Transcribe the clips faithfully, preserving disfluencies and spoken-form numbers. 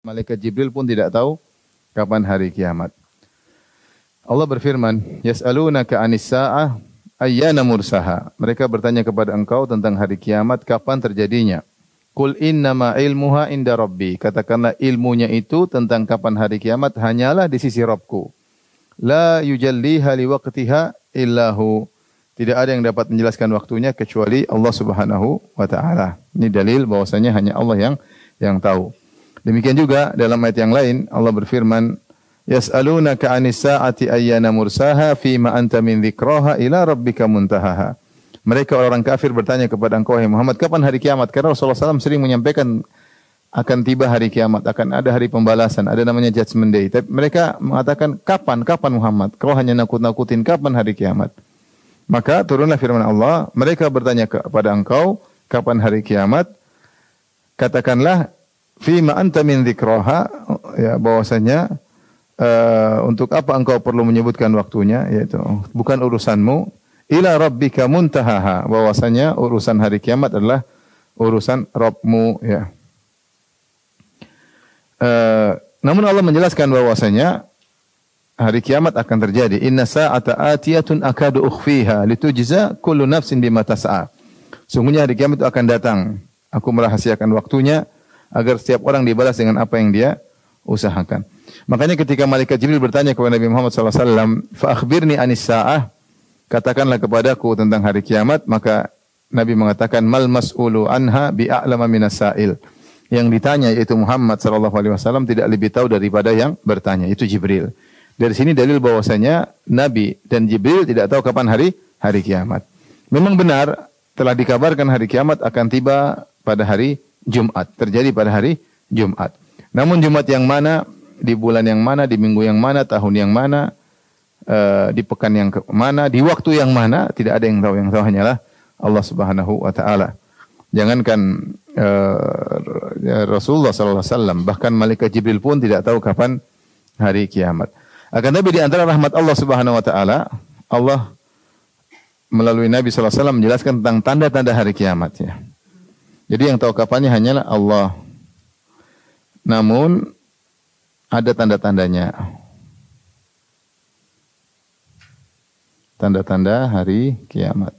Malaikat Jibril pun tidak tahu kapan hari kiamat. Allah berfirman, "Yas'alunaka 'anis sa'ah ayyana mursaha." Mereka bertanya kepada engkau tentang hari kiamat, kapan terjadinya? Qul innama ilmuha inda rabbi. Katakanlah ilmunya itu tentang kapan hari kiamat hanyalah di sisi Rabbku. La yujalliha liwaqtiha illahu. Tidak ada yang dapat menjelaskan waktunya kecuali Allah Subhanahu wa taala. Ini dalil bahwasanya hanya Allah yang yang tahu. Demikian juga dalam ayat yang lain Allah berfirman, "Yas'alunaka 'anis sa'ati ayyana mursaha fima anta min dzikraha ila rabbika muntahaha." Mereka orang kafir bertanya kepada engkau, hai Muhammad, kapan hari kiamat? Karena Rasulullah shallallahu alaihi wasallam sering menyampaikan akan tiba hari kiamat, akan ada hari pembalasan, ada namanya Judgment Day. Tapi mereka mengatakan, kapan? Kapan Muhammad? Kau hanya nakut-nakutin, kapan hari kiamat? Maka turunlah firman Allah, mereka bertanya kepada engkau, kapan hari kiamat? Katakanlah, fima anta min dzikraha, ya bahwasanya uh, untuk apa engkau perlu menyebutkan waktunya, yaitu bukan urusanmu. Ila rabbika muntahaha, bahwasanya urusan hari kiamat adalah urusan Rabbmu, ya. Uh, namun Allah menjelaskan bahwasanya hari kiamat akan terjadi. Inna sa'ata atiyatun akadu ukhfiha litujza kullu nafsin bima tas'a. Sungguhnya hari kiamat itu akan datang. Aku merahasiakan waktunya agar setiap orang dibalas dengan apa yang dia usahakan. Makanya ketika malaikat Jibril bertanya kepada Nabi Muhammad sallallahu alaihi wasallam, "Fa akhbirni anis sa'ah." Katakanlah kepadaku tentang hari kiamat, maka Nabi mengatakan, "Mal mas'ulu anha bi'a'lama minas sa'il." Yang ditanya yaitu Muhammad sallallahu alaihi wasallam tidak lebih tahu daripada yang bertanya, itu Jibril. Dari sini dalil bahwasanya Nabi dan Jibril tidak tahu kapan hari hari kiamat. Memang benar telah dikabarkan hari kiamat akan tiba pada hari Jumat, terjadi pada hari Jumat. Namun Jumat yang mana, di bulan yang mana, di minggu yang mana, tahun yang mana, uh, di pekan yang ke mana, di waktu yang mana, tidak ada yang tahu. Yang tahu hanyalah Allah Subhanahu wa taala. Jangankan uh, Rasulullah sallallahu alaihi wasallam, bahkan malaikat Jibril pun tidak tahu kapan hari kiamat. Akan tapi di antara rahmat Allah Subhanahu wa taala, Allah melalui Nabi sallallahu alaihi wasallam menjelaskan tentang tanda-tanda hari kiamat, ya. Jadi yang tahu kapannya hanyalah Allah. Namun ada tanda-tandanya. Tanda-tanda hari kiamat.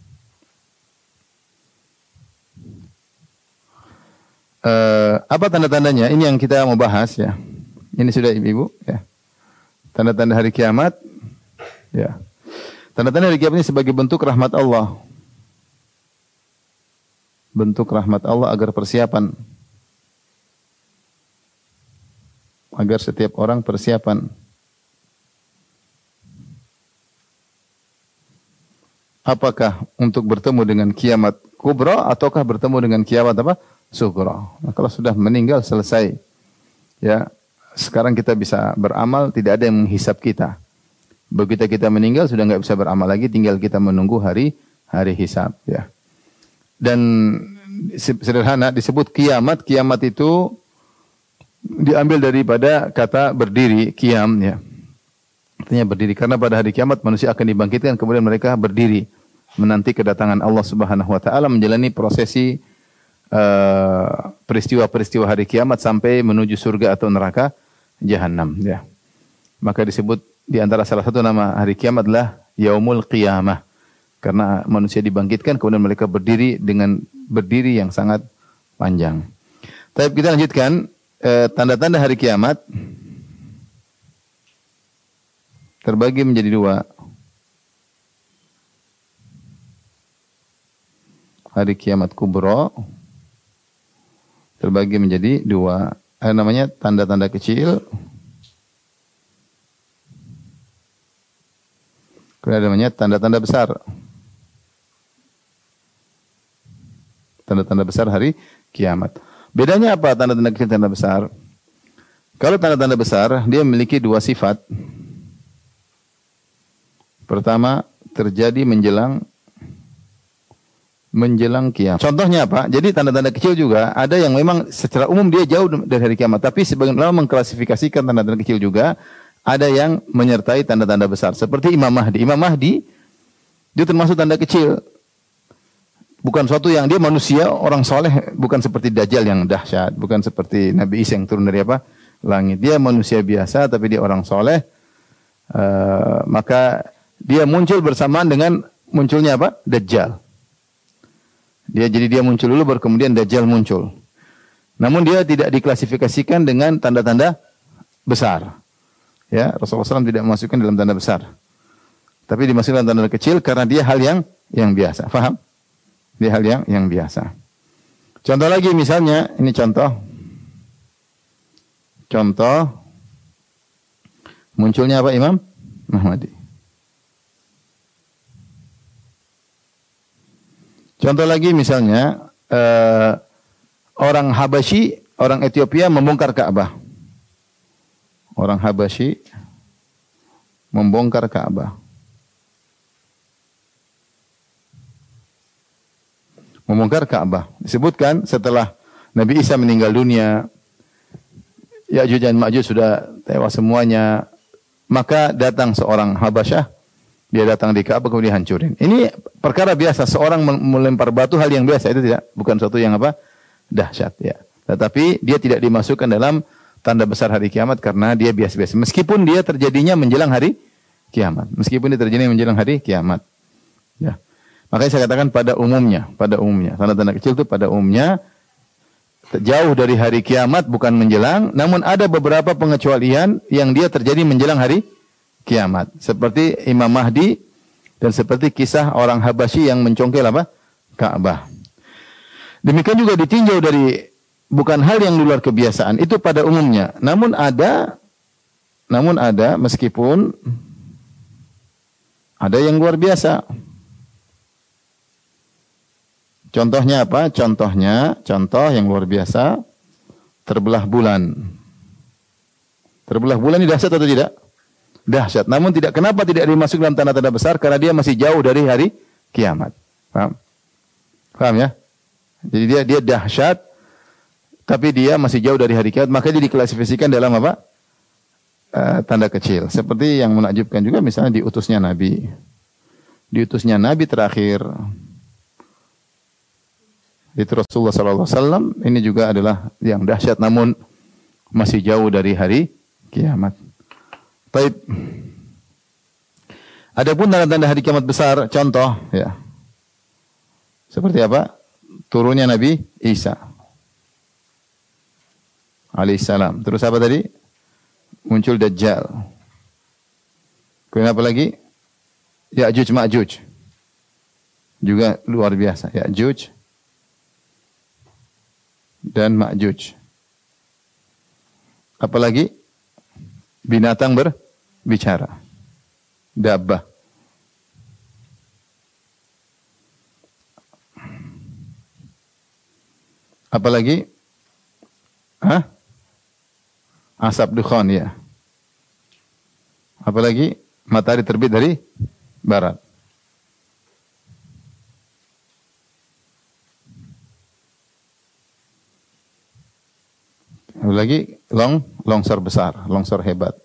Uh, apa tanda-tandanya? Ini yang kita mau bahas, ya. Ini sudah Ibu, ya. Tanda-tanda hari kiamat, ya. Tanda-tanda hari kiamat ini sebagai bentuk rahmat Allah. Bentuk rahmat Allah agar persiapan. Agar setiap orang persiapan. Apakah untuk bertemu dengan kiamat kubra ataukah bertemu dengan kiamat apa? Sughra. Nah, kalau sudah meninggal selesai. Ya, sekarang kita bisa beramal, tidak ada yang menghisap kita. Begitu kita meninggal sudah enggak bisa beramal lagi, tinggal kita menunggu hari hari hisab, ya. Dan sederhana disebut kiamat, kiamat itu diambil daripada kata berdiri, qiyam, ya. Artinya berdiri, karena pada hari kiamat manusia akan dibangkitkan, kemudian mereka berdiri menanti kedatangan Allah Subhanahu wa taala, menjalani prosesi uh, peristiwa-peristiwa hari kiamat sampai menuju surga atau neraka jahanam, ya. Maka disebut di antara salah satu nama hari kiamat adalah Yaumul Qiyamah. Karena manusia dibangkitkan, kemudian mereka berdiri dengan berdiri yang sangat panjang. Tapi kita lanjutkan, eh, tanda-tanda hari kiamat terbagi menjadi dua. Hari kiamat kubra terbagi menjadi dua. Ada namanya tanda-tanda kecil. Kemudian ada namanya tanda-tanda besar. Tanda-tanda besar hari kiamat. Bedanya apa tanda-tanda kecil dan tanda besar? Kalau tanda-tanda besar, dia memiliki dua sifat. Pertama, terjadi menjelang menjelang kiamat. Contohnya apa? Jadi tanda-tanda kecil juga ada yang memang secara umum dia jauh dari hari kiamat, tapi sebagian ulama mengklasifikasikan tanda-tanda kecil juga ada yang menyertai tanda-tanda besar. Seperti Imam Mahdi. Imam Mahdi dia termasuk tanda kecil. bukan suatu yang dia manusia, orang soleh, bukan seperti Dajjal yang dahsyat, bukan seperti Nabi Isa yang turun dari apa? Langit. Dia manusia biasa, tapi dia orang soleh. Uh, maka dia muncul bersamaan dengan munculnya apa? Dajjal. Dia jadi dia muncul dulu, baru kemudian Dajjal muncul. Namun dia tidak diklasifikasikan dengan tanda-tanda besar. Ya, Rasulullah shallallahu alaihi wasallam tidak memasukkan dalam tanda besar. Tapi dimasukkan dalam tanda kecil karena dia hal yang yang biasa. Faham? Dia hal yang yang biasa. Contoh lagi misalnya, ini contoh. Contoh munculnya apa Imam Mahdi. Contoh lagi misalnya uh, orang Habasyi, orang Ethiopia membongkar Ka'bah. Orang Habasyi membongkar Ka'bah. Membongkar Ka'bah. Disebutkan setelah Nabi Isa meninggal dunia, Ya'juj dan Ma'juj sudah tewas semuanya, maka datang seorang Habasyah, dia datang di Ka'bah kemudian hancurin. Ini perkara biasa, seorang melempar batu hal yang biasa, itu tidak, bukan suatu yang apa? Dahsyat ya. Tetapi dia tidak dimasukkan dalam tanda besar hari kiamat karena dia biasa-biasa. Meskipun dia terjadinya menjelang hari kiamat. Meskipun dia terjadinya menjelang hari kiamat. Ya. Makanya saya katakan pada umumnya, pada umumnya. Tanda-tanda kecil itu pada umumnya jauh dari hari kiamat, bukan menjelang, namun ada beberapa pengecualian yang dia terjadi menjelang hari kiamat. Seperti Imam Mahdi dan seperti kisah orang Habasyi yang mencongkel apa? Ka'bah. Demikian juga ditinjau dari bukan hal yang di luar kebiasaan, itu pada umumnya. Namun ada namun ada meskipun ada yang luar biasa. Contohnya apa? Contohnya, contoh yang luar biasa, terbelah bulan. Terbelah bulan ini dahsyat atau tidak? Dahsyat. Namun tidak, kenapa tidak dimasuk dalam tanda-tanda besar? Karena dia masih jauh dari hari kiamat. Paham? Paham ya? Jadi dia dia dahsyat, tapi dia masih jauh dari hari kiamat. Maka dia diklasifikasikan dalam apa? Uh, tanda kecil. Seperti yang menakjubkan juga misalnya diutusnya Nabi. Diutusnya Nabi terakhir. Itu Rasulullah sallallahu alaihi wasallam, ini juga adalah yang dahsyat namun masih jauh dari hari kiamat. Baik. Adapun tanda-tanda hari kiamat besar, contoh ya. Seperti apa? Turunnya Nabi Isa alaihissalam. Terus apa tadi? Muncul Dajjal. Kemudian apa lagi? Ya'juj Ma'juj. Juga luar biasa. Ya'juj dan Ma'juj. Apalagi binatang berbicara. Dabbah. Apalagi Hah? Asap dukhan ya. Apalagi matahari terbit dari barat. Lagi long, longsor besar, longsor hebat.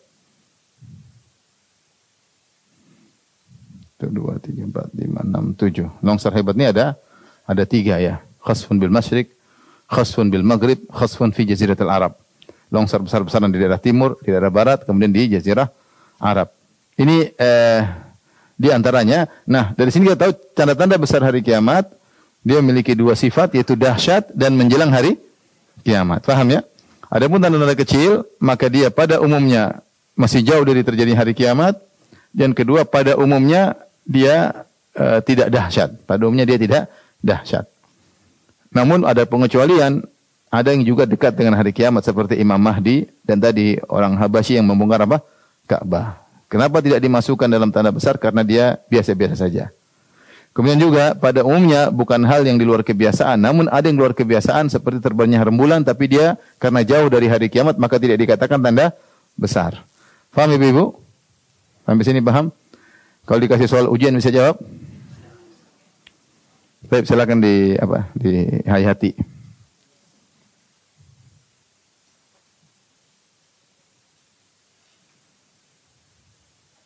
Itu dua, tiga, empat, lima, enam, tujuh. Longsor hebat ini ada ada tiga ya. Khasfun bil masyriq, khasfun bil maghrib, khasfun fi jaziratul Arab. Longsor besar-besaran di daerah timur, di daerah barat, kemudian di jazirah Arab. Ini eh, di antaranya. Nah, dari sini kita tahu tanda-tanda besar hari kiamat. Dia memiliki dua sifat, yaitu dahsyat dan menjelang hari kiamat. Paham ya? Adapun tanda-tanda kecil, maka dia pada umumnya masih jauh dari terjadi hari kiamat. Dan kedua, pada umumnya dia uh, tidak dahsyat. Pada umumnya dia tidak dahsyat. Namun ada pengecualian, ada yang juga dekat dengan hari kiamat seperti Imam Mahdi dan tadi orang Habasyi yang membongkar apa? Ka'bah. Kenapa tidak dimasukkan dalam tanda besar? Karena dia biasa-biasa saja. Kemudian juga pada umumnya bukan hal yang di luar kebiasaan, namun ada yang luar kebiasaan seperti terbangnya rembulan, tapi dia karena jauh dari hari kiamat maka tidak dikatakan tanda besar. Paham Ibu-ibu? Sampai sini paham? Kalau dikasih soal ujian bisa jawab? Baik, silakan di apa? Di hayati.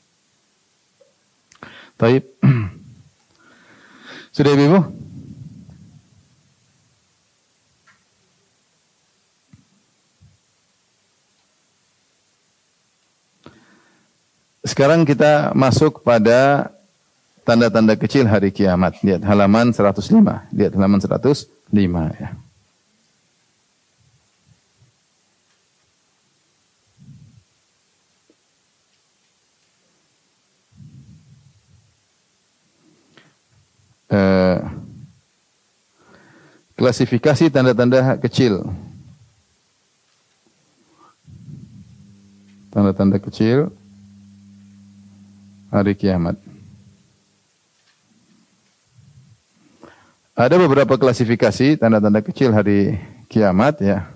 Baik. Sudah Ibu? Sekarang kita masuk pada tanda-tanda kecil hari kiamat. Lihat halaman seratus lima. Lihat halaman seratus lima ya. Uh, klasifikasi tanda-tanda kecil. Tanda-tanda kecil hari kiamat. Ada beberapa klasifikasi tanda-tanda kecil hari kiamat ya.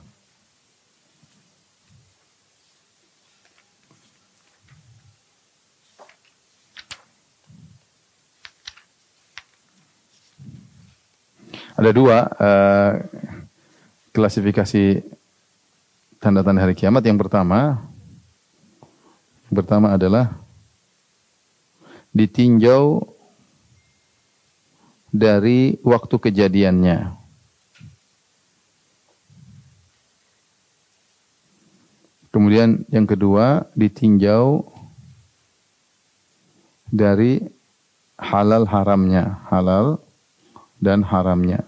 Ada dua uh, klasifikasi tanda-tanda hari kiamat. Yang pertama, yang pertama adalah ditinjau dari waktu kejadiannya. Kemudian yang kedua, ditinjau dari halal haramnya, halal dan haramnya.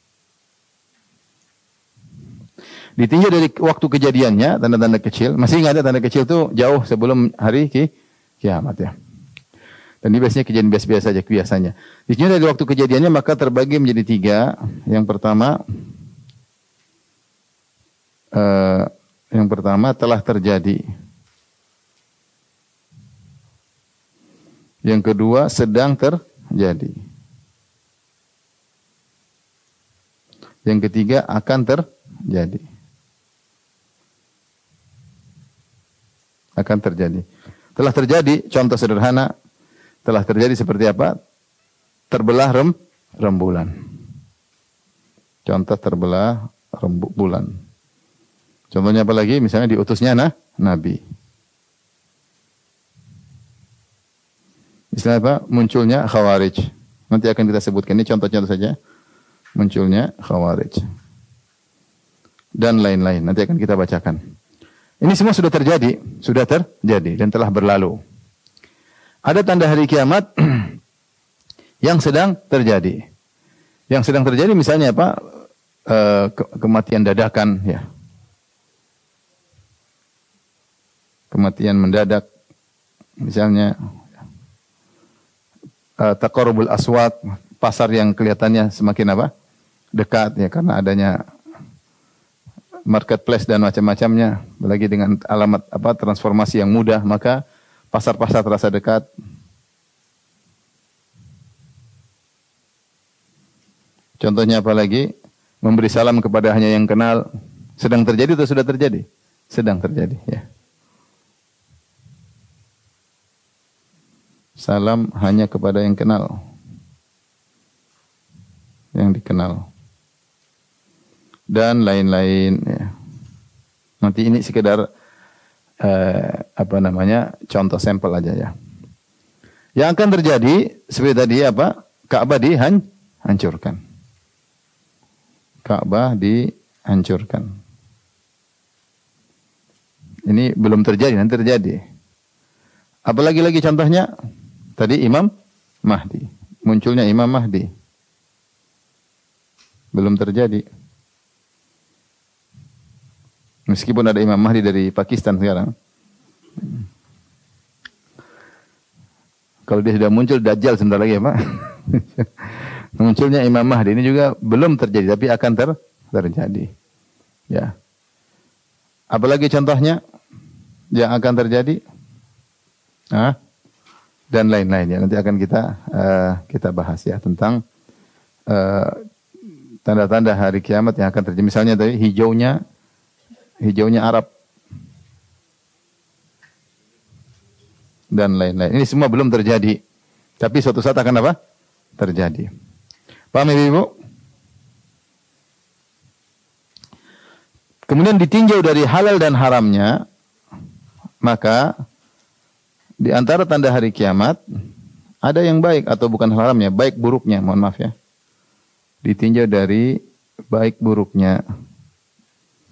Ditinjau dari waktu kejadiannya, tanda-tanda kecil. Masih ingat ya, tanda kecil itu jauh sebelum hari ki kiamat ya. Dan ini biasanya kejadian biasa-biasa saja biasanya. Ditinjau dari waktu kejadiannya maka terbagi menjadi tiga. Yang pertama, uh, yang pertama telah terjadi. Yang kedua sedang terjadi. Yang ketiga akan terjadi. Akan terjadi. Telah terjadi, contoh sederhana, telah terjadi seperti apa? Terbelah rem, rembulan. Contoh terbelah rembulan. Contohnya apa lagi? Misalnya diutusnya nah, Nabi. Misalnya apa? Munculnya Khawarij. Nanti akan kita sebutkan. Ini contoh-contoh saja. Munculnya Khawarij. Dan lain-lain. Nanti akan kita bacakan. Ini semua sudah terjadi. Sudah terjadi dan telah berlalu. Ada tanda hari kiamat yang sedang terjadi. Yang sedang terjadi misalnya apa? E, ke kematian dadakan. Ya. Kematian mendadak. Misalnya e, taqarrubul aswat. Pasar yang kelihatannya semakin apa? Dekat ya karena adanya marketplace dan macam-macamnya, lagi dengan alamat apa transformasi yang mudah, maka pasar-pasar terasa dekat. Contohnya apa lagi? Memberi salam kepada hanya yang kenal. Sedang terjadi atau sudah terjadi? Sedang terjadi, ya. Salam hanya kepada yang kenal. Yang dikenal. Dan lain-lain ya. Nanti ini sekedar eh, apa namanya contoh sampel aja ya. Yang akan terjadi seperti tadi apa? Ka'bah dihancurkan. Ka'bah dihancurkan. Ini belum terjadi, nanti terjadi. Apalagi lagi contohnya? Tadi Imam Mahdi. Munculnya Imam Mahdi. Belum terjadi. Meskipun ada Imam Mahdi dari Pakistan sekarang. Kalau dia sudah muncul, Dajjal sebentar lagi ya Pak. Munculnya Imam Mahdi ini juga belum terjadi, tapi akan ter terjadi. Ya. Apalagi contohnya yang akan terjadi? Hah? Dan lain-lain ya. Nanti akan kita uh, kita bahas ya tentang tanda-tanda uh, hari kiamat yang akan terjadi. Misalnya tadi hijaunya hijaunya Arab dan lain-lain. Ini semua belum terjadi. Tapi suatu saat akan apa? Terjadi. Paham Ibu? Kemudian ditinjau dari halal dan haramnya, maka di antara tanda hari kiamat ada yang baik atau bukan haramnya, baik buruknya, mohon maaf ya. Ditinjau dari baik buruknya.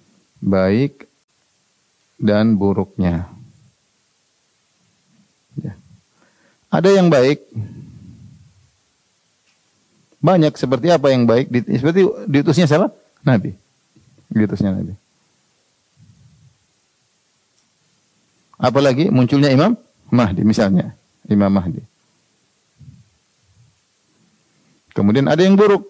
Baik dan buruknya. Ya. Ada yang baik. Banyak. Seperti apa yang baik? Seperti diutusnya siapa? Nabi. Diutusnya Nabi. Apalagi munculnya Imam Mahdi misalnya. Imam Mahdi. Kemudian ada yang buruk.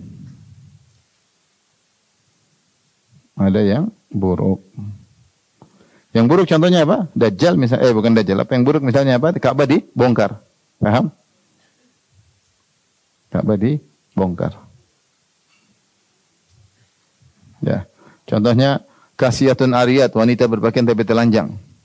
Ada yang buruk. Yang buruk contohnya apa? Dajjal misalnya, eh bukan Dajjal. Apa yang buruk misalnya apa? Ka'bah dibongkar. Paham? Ka'bah dibongkar. Ya. Contohnya kasiyatun ariyat, wanita berpakaian tapi telanjang.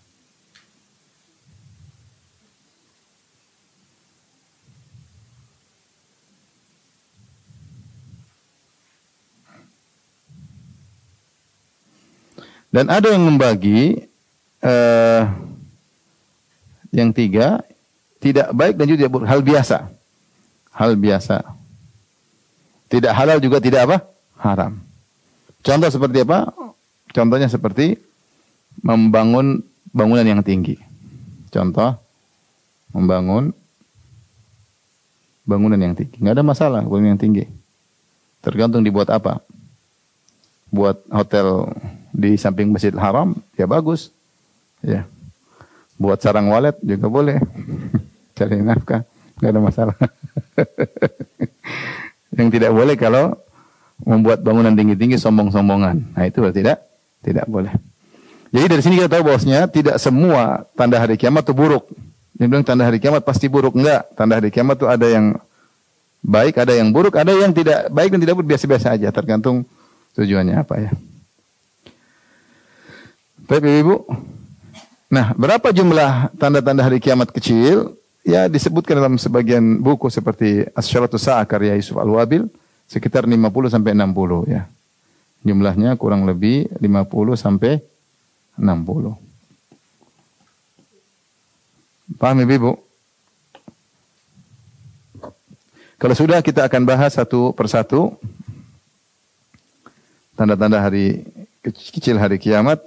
Dan ada yang membagi uh, yang tiga, tidak baik dan juga tidak buruk. Hal biasa. Hal biasa. Tidak halal juga tidak apa? Haram. Contoh seperti apa? Contohnya seperti membangun bangunan yang tinggi. Contoh, membangun bangunan yang tinggi. Nggak ada masalah bangunan yang tinggi. Tergantung dibuat apa. Buat hotel di samping Masjidil Haram, ya bagus. Ya. Buat sarang walet juga boleh. Cari nafkah, enggak ada masalah. Yang tidak boleh kalau membuat bangunan tinggi-tinggi sombong-sombongan. Nah, itu tidak tidak boleh. Jadi dari sini kita tahu bahwasanya tidak semua tanda hari kiamat itu buruk. Yang bilang tanda hari kiamat pasti buruk, enggak. Tanda hari kiamat itu ada yang baik, ada yang buruk, ada yang tidak baik dan tidak buruk, biasa-biasa aja, tergantung tujuannya apa ya. Baik Ibu. Nah, berapa jumlah tanda-tanda hari kiamat kecil? Ya disebutkan dalam sebagian buku seperti Asy-Syaratus Sa'ah karya Yusuf Al-Wabil sekitar lima puluh sampai enam puluh ya. Jumlahnya kurang lebih lima puluh sampai enam puluh. Paham Ibu? Kalau sudah kita akan bahas satu persatu tanda-tanda hari kecil hari kiamat.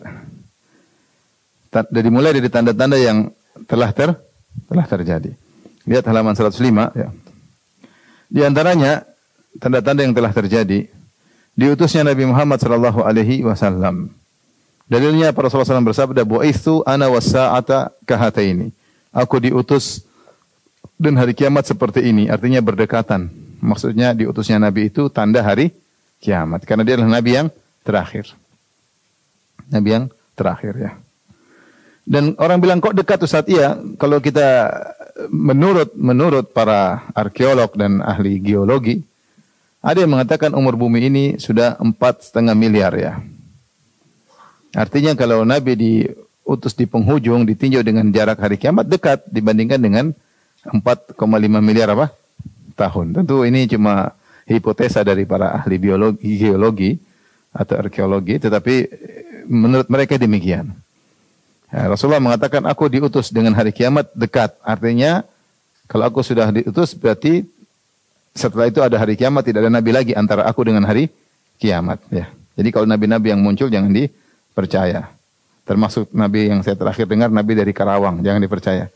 Dari mulai dari tanda-tanda yang telah ter telah terjadi. Lihat halaman seratus lima ya. Di antaranya tanda-tanda yang telah terjadi diutusnya Nabi Muhammad sallallahu alaihi wasallam. Dalilnya para Rasulullah sallallahu alaihi wasallam bersabda, "Bu'itsu ana was-sa'ata kahataini." Aku diutus dan hari kiamat seperti ini, artinya berdekatan. Maksudnya diutusnya Nabi itu tanda hari kiamat karena dia adalah nabi yang terakhir. Nabi yang terakhir ya. Dan orang bilang kok dekat Ustaz? Iya, kalau kita menurut menurut para arkeolog dan ahli geologi, ada yang mengatakan umur bumi ini sudah empat setengah miliar ya. Artinya kalau Nabi diutus di penghujung, ditinjau dengan jarak hari kiamat dekat dibandingkan dengan empat koma lima miliar apa? Tahun. Tentu ini cuma hipotesa dari para ahli biologi, geologi atau arkeologi, tetapi menurut mereka demikian. Ya, Rasulullah mengatakan aku diutus dengan hari kiamat dekat. Artinya kalau aku sudah diutus berarti setelah itu ada hari kiamat, tidak ada nabi lagi antara aku dengan hari kiamat. Ya. Jadi kalau nabi-nabi yang muncul jangan dipercaya. Termasuk nabi yang saya terakhir dengar, nabi dari Karawang, jangan dipercaya.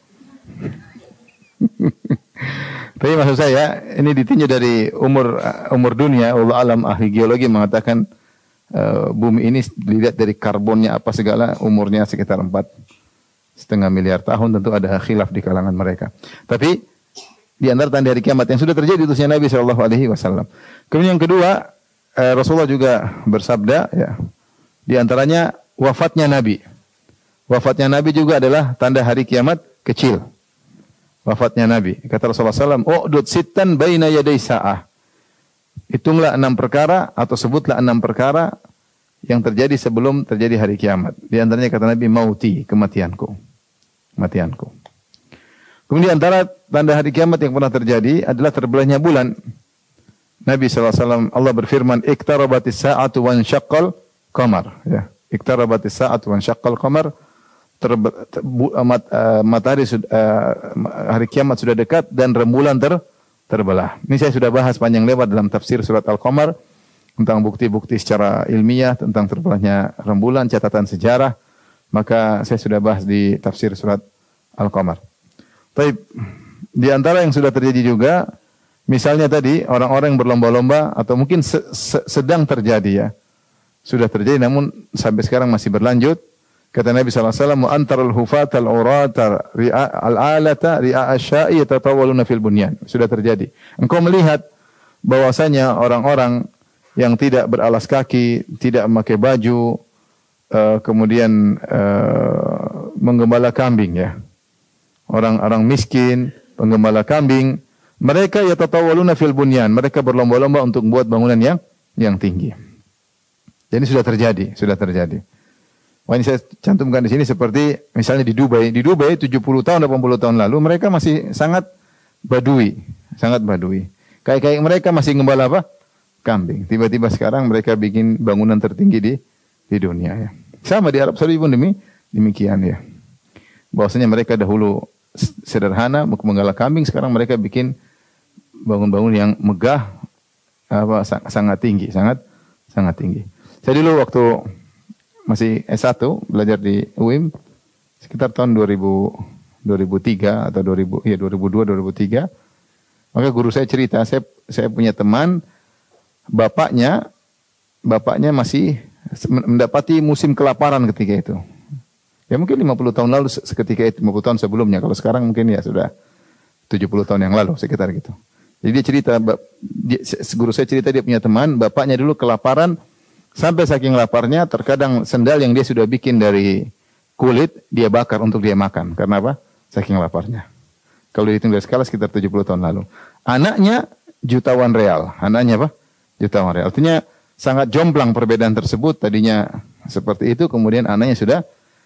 Tapi maksud saya ini ditinjau dari umur umur dunia. Allah alam ahli geologi mengatakan Uh, bumi ini dilihat dari karbonnya apa segala umurnya sekitar empat setengah miliar tahun. Tentu ada khilaf di kalangan mereka. Tapi di antara tanda hari kiamat yang sudah terjadi utusnya Nabi Shallallahu Alaihi Wasallam. Kemudian yang kedua uh, Rasulullah juga bersabda ya, di antaranya wafatnya Nabi. Wafatnya Nabi juga adalah tanda hari kiamat kecil. Wafatnya Nabi. Kata Rasulullah Sallallahu Alaihi Wasallam, "U'dud sittan baina yaday sa'ah." Hitunglah enam perkara atau sebutlah enam perkara yang terjadi sebelum terjadi hari kiamat. Di antaranya kata Nabi, mauti, kematianku. Kematianku. Kemudian antara tanda hari kiamat yang pernah terjadi adalah terbelahnya bulan. Nabi shallallahu alaihi wasallam, Allah berfirman, iktarabatis sa'atu wa ansyaqqal qamar. Ya. Iktarabatis sa'atu wa ansyaqqal qamar. Mat, uh, matahari uh, hari kiamat sudah dekat dan rembulan ter terbelah. Ini saya sudah bahas panjang lebar dalam tafsir surat Al-Qamar tentang bukti-bukti secara ilmiah tentang terbelahnya rembulan, catatan sejarah. Maka saya sudah bahas di tafsir surat Al-Qamar. Baik, Di antara yang sudah terjadi juga, misalnya tadi orang-orang yang berlomba-lomba atau mungkin se se sedang terjadi ya. Sudah terjadi namun sampai sekarang masih berlanjut. Kata Nabi sallallahu alaihi wasallam, "Wa antarul hufata al-urata ri'a al-alata ri'a asya'i yatatawaluna fil bunyan." Sudah terjadi. Engkau melihat bahwasanya orang-orang yang tidak beralas kaki, tidak memakai baju, uh, kemudian uh, menggembala kambing ya. Orang-orang miskin, penggembala kambing, mereka yatatawaluna fil bunyan, mereka berlomba-lomba untuk membuat bangunan yang yang tinggi. Jadi sudah terjadi, sudah terjadi. Wah, ini saya cantumkan di sini seperti misalnya di Dubai. Di Dubai tujuh puluh tahun, delapan puluh tahun lalu mereka masih sangat badui, sangat badui. Kayak-kayak mereka masih gembala apa? Kambing. Tiba-tiba sekarang mereka bikin bangunan tertinggi di di dunia ya. Sama di Arab Saudi pun demi demikian ya. Bahwasanya mereka dahulu sederhana menggembala kambing, sekarang mereka bikin bangun-bangun yang megah apa sangat tinggi, sangat sangat tinggi. Saya dulu waktu masih S satu belajar di U I M sekitar tahun dua ribu, dua ribu tiga atau dua ribu ya dua ribu dua dua ribu tiga. Maka guru saya cerita, saya saya punya teman bapaknya bapaknya masih mendapati musim kelaparan ketika itu. Ya mungkin lima puluh tahun lalu seketika itu, lima puluh tahun sebelumnya. Kalau sekarang mungkin ya sudah tujuh puluh tahun yang lalu sekitar gitu. Jadi dia cerita, dia, guru saya cerita dia punya teman, bapaknya dulu kelaparan. Sampai saking laparnya, terkadang sendal yang dia sudah bikin dari kulit, dia bakar untuk dia makan. Karena apa? Saking laparnya. Kalau dihitung dari skala sekitar tujuh puluh tahun lalu. Anaknya jutawan real. Anaknya apa? Jutawan real. Artinya sangat jomplang perbedaan tersebut. Tadinya seperti itu, kemudian anaknya sudah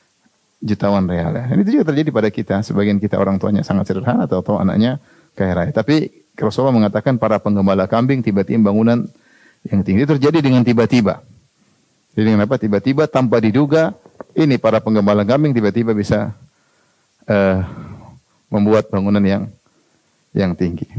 jutawan real. Ya. Dan itu juga terjadi pada kita. Sebagian kita orang tuanya sangat sederhana atau, atau anaknya kaya raya. Tapi Rasulullah mengatakan para penggembala kambing tiba-tiba bangunan yang tinggi. Itu terjadi dengan tiba-tiba. Jadi kenapa tiba-tiba tanpa diduga ini para penggembala kambing tiba-tiba bisa uh, membuat bangunan yang yang tinggi.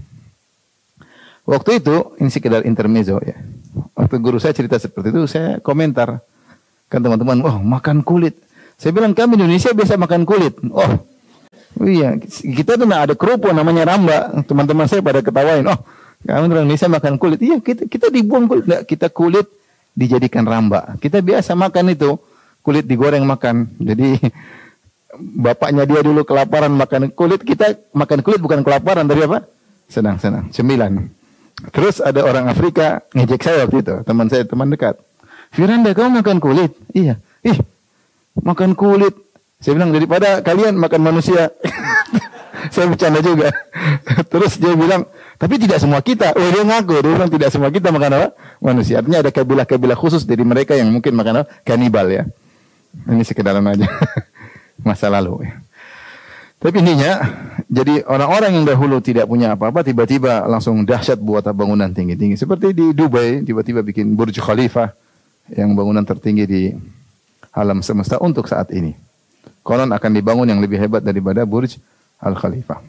Waktu itu ini sekedar intermezzo ya. Waktu guru saya cerita seperti itu saya komentar kan teman-teman, oh makan kulit. Saya bilang kami di Indonesia biasa makan kulit. Oh, oh iya kita tuh ada kerupuk namanya ramba. Teman-teman saya pada ketawain. Oh kami di Indonesia makan kulit. Iya kita kita dibuang kulit. Nggak, kita kulit dijadikan ramba. Kita biasa makan itu, kulit digoreng makan. Jadi bapaknya dia dulu kelaparan makan kulit, kita makan kulit bukan kelaparan, tapi apa? Senang-senang, cemilan. Terus ada orang Afrika ngejek saya waktu itu, teman saya, teman dekat. Firanda, kamu makan kulit? Iya. Ih, makan kulit. Saya bilang, daripada kalian makan manusia. Saya bercanda juga. Terus dia bilang, tapi tidak semua kita. Oh dia ngaku, dia bilang tidak semua kita makan apa? Manusia. Artinya ada kabilah-kabilah khusus dari mereka yang mungkin makan apa? Kanibal ya. Ini sekedaran aja. Masa lalu ya. Tapi intinya, jadi orang-orang yang dahulu tidak punya apa-apa, tiba-tiba langsung dahsyat buat bangunan tinggi-tinggi. Seperti di Dubai, tiba-tiba bikin Burj Khalifa, yang bangunan tertinggi di alam semesta untuk saat ini. Konon akan dibangun yang lebih hebat daripada Burj Al-Khalifah.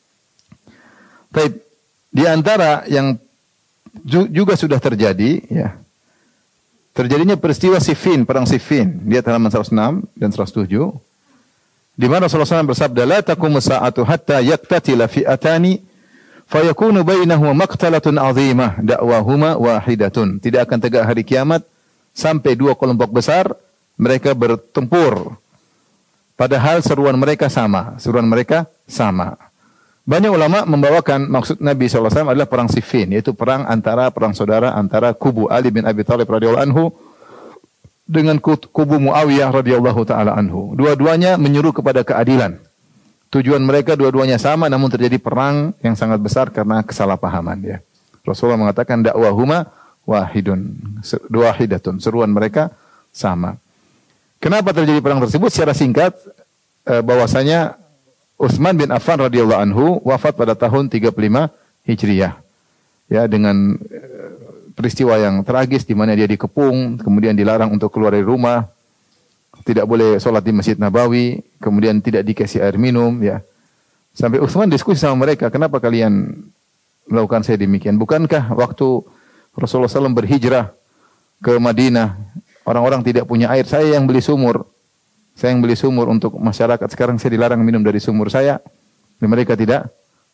Baik, di antara yang juga sudah terjadi, ya, terjadinya peristiwa Siffin, perang Siffin, di halaman seratus enam dan seratus tujuh, di mana Rasulullah shallallahu alaihi wasallam bersabda, "La taqumu sa'atu hatta yaktatila fi'atani, fayakunu bainahuma maqtalatun 'azimah, da'wahuma wahidatun." Tidak akan tegak hari kiamat sampai dua kelompok besar mereka bertempur. Padahal seruan mereka sama, seruan mereka sama. Banyak ulama membawakan maksud Nabi shallallahu alaihi wasallam adalah perang Siffin, yaitu perang antara perang saudara antara kubu Ali bin Abi Thalib radhiyallahu anhu dengan kubu Muawiyah radhiyallahu taala anhu. Dua-duanya menyeru kepada keadilan. Tujuan mereka dua-duanya sama, namun terjadi perang yang sangat besar karena kesalahpahaman. Ya. Rasulullah mengatakan dakwahuma wahidun, wahidatun. Seruan mereka sama. Kenapa terjadi perang tersebut? Secara singkat, bahwasanya Utsman bin Affan radhiyallahu anhu wafat pada tahun tiga puluh lima Hijriah. Ya, dengan peristiwa yang tragis di mana dia dikepung, kemudian dilarang untuk keluar dari rumah, tidak boleh sholat di Masjid Nabawi, kemudian tidak dikasih air minum, ya. Sampai Utsman diskusi sama mereka, kenapa kalian melakukan saya demikian? Bukankah waktu Rasulullah shallallahu alaihi wasallam berhijrah ke Madinah, orang-orang tidak punya air, saya yang beli sumur. Saya yang beli sumur untuk masyarakat. Sekarang saya dilarang minum dari sumur saya. Dan mereka tidak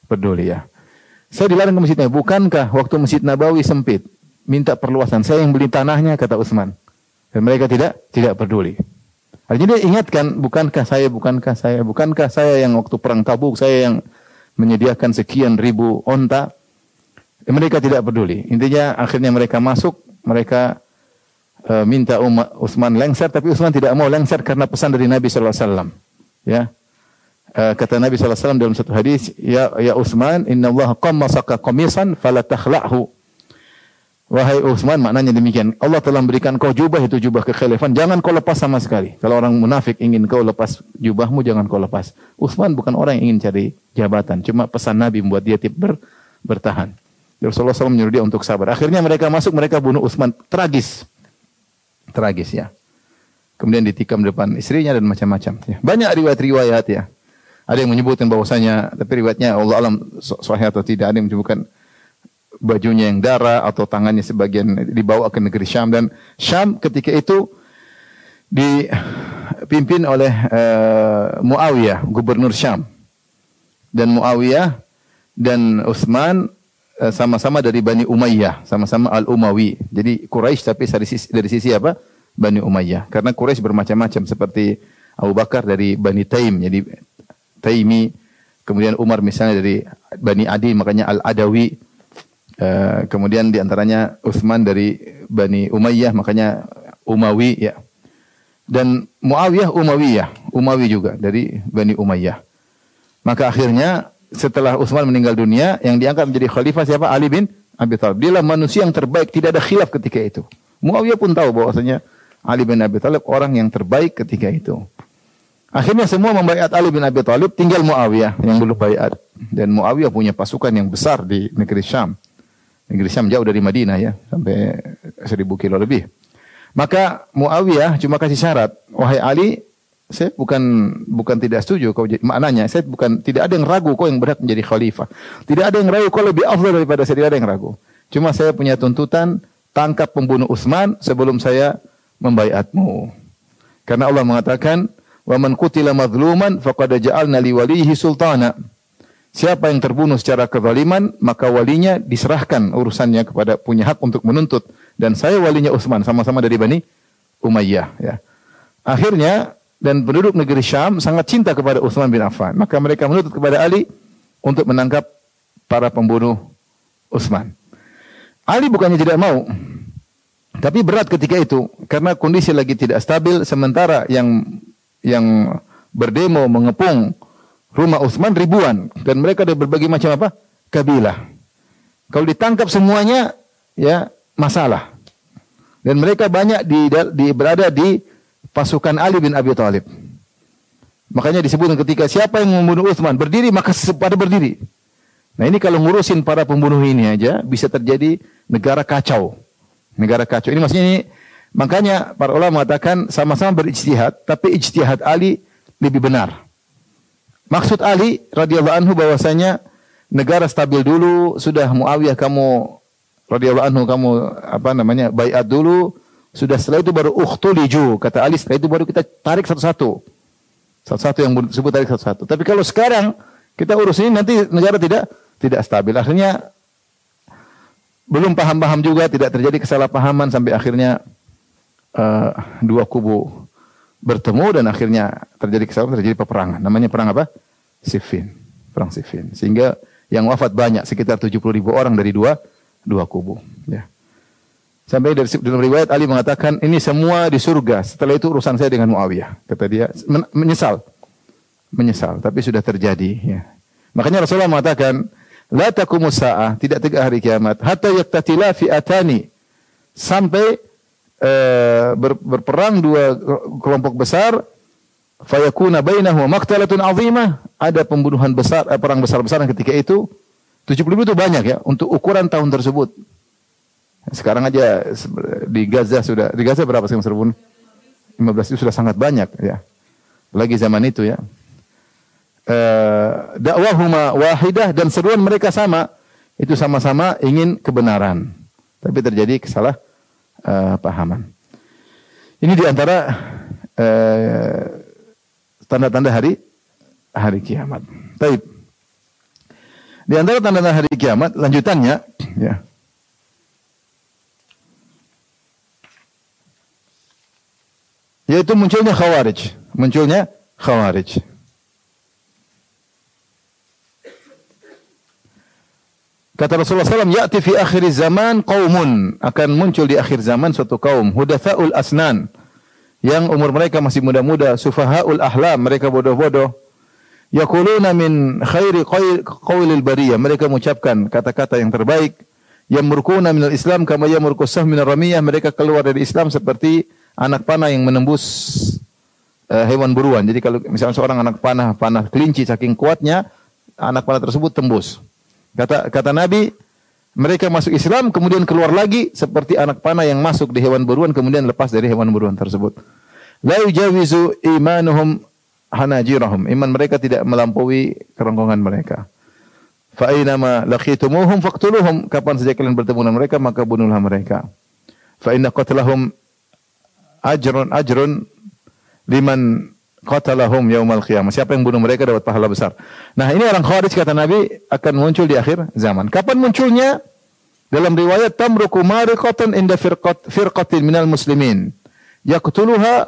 peduli ya. Saya dilarang ke Masjid Nabawi. Bukankah waktu Masjid Nabawi sempit, minta perluasan, saya yang beli tanahnya, kata Utsman. Dan mereka tidak tidak peduli. Artinya dia ingatkan, bukankah saya, bukankah saya, bukankah saya yang waktu perang Tabuk, saya yang menyediakan sekian ribu onta. Mereka tidak peduli. Intinya akhirnya mereka masuk, mereka uh, minta Utsman lengser, tapi Utsman tidak mau lengser karena pesan dari Nabi sallallahu alaihi wasallam. Ya. Uh, kata Nabi sallallahu alaihi wasallam dalam satu hadis, ya ya Utsman, innallaha qammasaka qamisan fala takhla'hu. Wahai Utsman, maknanya demikian. Allah telah memberikan kau jubah, itu jubah kekhalifan, jangan kau lepas sama sekali. Kalau orang munafik ingin kau lepas jubahmu, jangan kau lepas. Utsman bukan orang yang ingin cari jabatan, cuma pesan Nabi membuat dia ber, bertahan. Rasulullah sallallahu alaihi wasallam menyuruh dia untuk sabar. Akhirnya mereka masuk, mereka bunuh Utsman. Tragis. Tragis ya. Kemudian ditikam depan istrinya dan macam-macam. Ya. Banyak riwayat-riwayat ya. Ada yang menyebutkan bahwasanya, tapi riwayatnya Allah alam sahih atau tidak, ada yang menyebutkan bajunya yang darah atau tangannya sebagian dibawa ke negeri Syam, dan Syam ketika itu dipimpin oleh uh, Muawiyah, gubernur Syam. Dan Muawiyah dan Utsman uh, sama-sama dari Bani Umayyah, sama-sama Al-Umawi. Jadi Quraisy tapi dari sisi, dari sisi apa? Bani Umayyah. Karena Quraisy bermacam-macam, seperti Abu Bakar dari Bani Taim, jadi Taimi, kemudian Umar misalnya dari Bani Adi, makanya Al-Adawi. Uh, kemudian diantaranya Utsman dari Bani Umayyah, makanya Umawi ya. Dan Muawiyah Umawiyah, Umawi juga dari Bani Umayyah. Maka akhirnya setelah Utsman meninggal dunia, yang diangkat menjadi khalifah siapa? Ali bin Abi Thalib. Dialah manusia yang terbaik, tidak ada khilaf ketika itu. Muawiyah pun tahu bahwasanya Ali bin Abi Thalib orang yang terbaik ketika itu. Akhirnya semua membaiat Ali bin Abi Thalib, tinggal Muawiyah yang belum baiat. Dan Muawiyah punya pasukan yang besar di negeri Syam. Negeri Syam jauh dari Madinah ya, sampai seribu kilo lebih. Maka Muawiyah cuma kasih syarat, wahai Ali, saya bukan bukan tidak setuju kau, maknanya saya bukan, tidak ada yang ragu kau yang berhak menjadi khalifah. Tidak ada yang ragu kau lebih afdal daripada saya, tidak ada yang ragu. Cuma saya punya tuntutan, tangkap pembunuh Utsman sebelum saya membaiatmu. Karena Allah mengatakan, wa man qutila madhluman faqad ja'alna li walihi sultana. Siapa yang terbunuh secara kezaliman, maka walinya diserahkan urusannya kepada punya hak untuk menuntut. Dan saya walinya Utsman, sama-sama dari Bani Umayyah. Ya. Akhirnya, dan penduduk negeri Syam sangat cinta kepada Utsman bin Affan. Maka mereka menuntut kepada Ali untuk menangkap para pembunuh Utsman. Ali bukannya tidak mau, tapi berat ketika itu. Karena kondisi lagi tidak stabil, sementara yang yang berdemo mengepung rumah Utsman ribuan, dan mereka dari berbagai macam apa? Kabilah. Kalau ditangkap semuanya, ya masalah. Dan mereka banyak di, di berada di pasukan Ali bin Abi Thalib. Makanya disebutkan ketika siapa yang membunuh Utsman berdiri, maka pada berdiri. Nah ini kalau ngurusin para pembunuh ini aja bisa terjadi negara kacau. Negara kacau. Ini maksudnya ini, makanya para ulama mengatakan sama-sama berijtihad, tapi ijtihad Ali lebih benar. Maksud Ali radhiyallahu anhu bahwasanya negara stabil dulu, sudah Muawiyah kamu radhiyallahu anhu kamu apa namanya baiat dulu, sudah setelah itu baru ukhtuliju, kata Ali, setelah itu baru kita tarik satu-satu. Satu-satu yang disebut tarik satu-satu. Tapi kalau sekarang kita urus ini, nanti negara tidak tidak stabil. Akhirnya belum paham-paham juga, tidak terjadi kesalahpahaman sampai akhirnya uh, dua kubu bertemu dan akhirnya terjadi kesalahan, terjadi peperangan. Namanya perang apa? Siffin. Perang Siffin. Sehingga yang wafat banyak, sekitar tujuh puluh ribu orang dari dua dua kubu. Ya. Sampai dari dalam riwayat Ali mengatakan, ini semua di surga. Setelah itu urusan saya dengan Muawiyah. Kata dia, men menyesal. Menyesal. Tapi sudah terjadi. Ya. Makanya Rasulullah mengatakan, la taqumus sa'ah, tidak tegak hari kiamat. Hatta yaktatila fi'atani. Sampai Uh, ber, berperang dua kelompok besar, fayakuna bainahuma maqtalatun 'azimah, ada pembunuhan besar, eh, perang besar-besaran ketika itu. tujuh puluh ribu itu banyak ya untuk ukuran tahun tersebut. Sekarang aja di Gaza sudah, di Gaza berapa sekarang serbuan? lima belas itu sudah sangat banyak ya. Lagi zaman itu ya. Uh, dakwahuma wahidah, dan seruan mereka sama, itu sama-sama ingin kebenaran. Tapi terjadi kesalah Uh, pahaman. Ini diantara tanda-tanda uh, hari hari kiamat. Baik. Di antara tanda-tanda hari kiamat, lanjutannya, ya. Yaitu munculnya khawarij. Munculnya khawarij. Kata Rasulullah shallallahu alaihi wasallam, ya'ti fi akhir zaman qaumun, akan muncul di akhir zaman suatu kaum, hudatsaul asnan, yang umur mereka masih muda-muda, sufahaul ahlam, mereka bodoh-bodoh. Yaquluna min khairi qaulil bariyah, mereka mengucapkan kata-kata yang terbaik. Yamurkuna minal Islam kama yamurku sahmi minar ramiyah, mereka keluar dari Islam seperti anak panah yang menembus uh, hewan buruan. Jadi kalau misalnya seorang anak panah, panah kelinci saking kuatnya, anak panah tersebut tembus. Kata kata Nabi, mereka masuk Islam kemudian keluar lagi seperti anak panah yang masuk di hewan buruan kemudian lepas dari hewan buruan tersebut. La yujawizu imanuhum hanajirahum. Iman mereka tidak melampaui kerongkongan mereka. Fa aynama laqitumuhum faqtuluhum. Kapan saja kalian bertemu dengan mereka maka bunuhlah mereka. Fa inna qatlahum ajrun ajrun liman qatalahum yaumal qiyamah. Siapa yang bunuh mereka dapat pahala besar. Nah, ini orang Khawarij kata Nabi akan muncul di akhir zaman. Kapan munculnya? Dalam riwayat tamruku mariqatan inda firqat firqatin minal muslimin. Yaqtuluha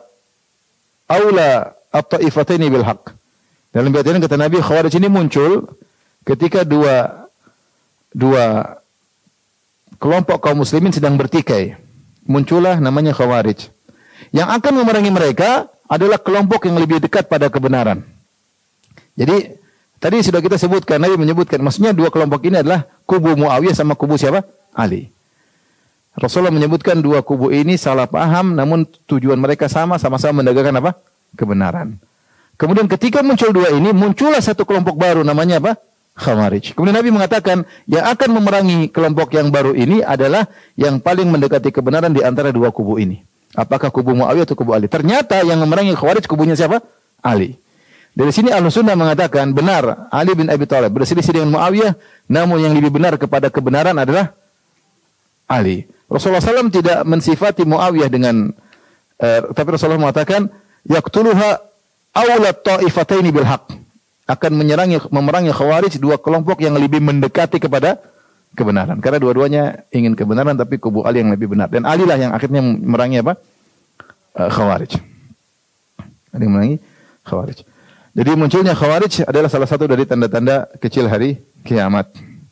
aula at-taifataini bil haqq. Dalam riwayat ini kata Nabi, Khawarij ini muncul ketika dua dua kelompok kaum muslimin sedang bertikai. Muncullah namanya Khawarij. Yang akan memerangi mereka adalah kelompok yang lebih dekat pada kebenaran. Jadi tadi sudah kita sebutkan, Nabi menyebutkan, maksudnya dua kelompok ini adalah kubu Muawiyah sama kubu siapa? Ali. Rasulullah menyebutkan dua kubu ini salah paham, namun tujuan mereka sama, sama-sama menegakkan apa? Kebenaran. Kemudian ketika muncul dua ini, muncullah satu kelompok baru, namanya apa? Khawarij. Kemudian Nabi mengatakan, yang akan memerangi kelompok yang baru ini adalah yang paling mendekati kebenaran di antara dua kubu ini. Apakah kubu Muawiyah atau kubu Ali? Ternyata yang memerangi Khawarij kubunya siapa? Ali. Dari sini Ahlussunnah mengatakan benar Ali bin Abi Thalib berselisih dengan Muawiyah, namun yang lebih benar kepada kebenaran adalah Ali. Rasulullah shallallahu alaihi wasallam tidak mensifati Muawiyah dengan, uh, tapi Rasulullah mengatakan yaqtuluha awlat ta'ifataini bil haqq, akan menyerangi memerangi Khawarij dua kelompok yang lebih mendekati kepada kebenaran. Karena dua-duanya ingin kebenaran tapi kubu Ali yang lebih benar. Dan Ali lah yang akhirnya memerangi apa? Uh, Khawarij. Ali yang memerangi Khawarij. Jadi munculnya Khawarij adalah salah satu dari tanda-tanda kecil hari kiamat.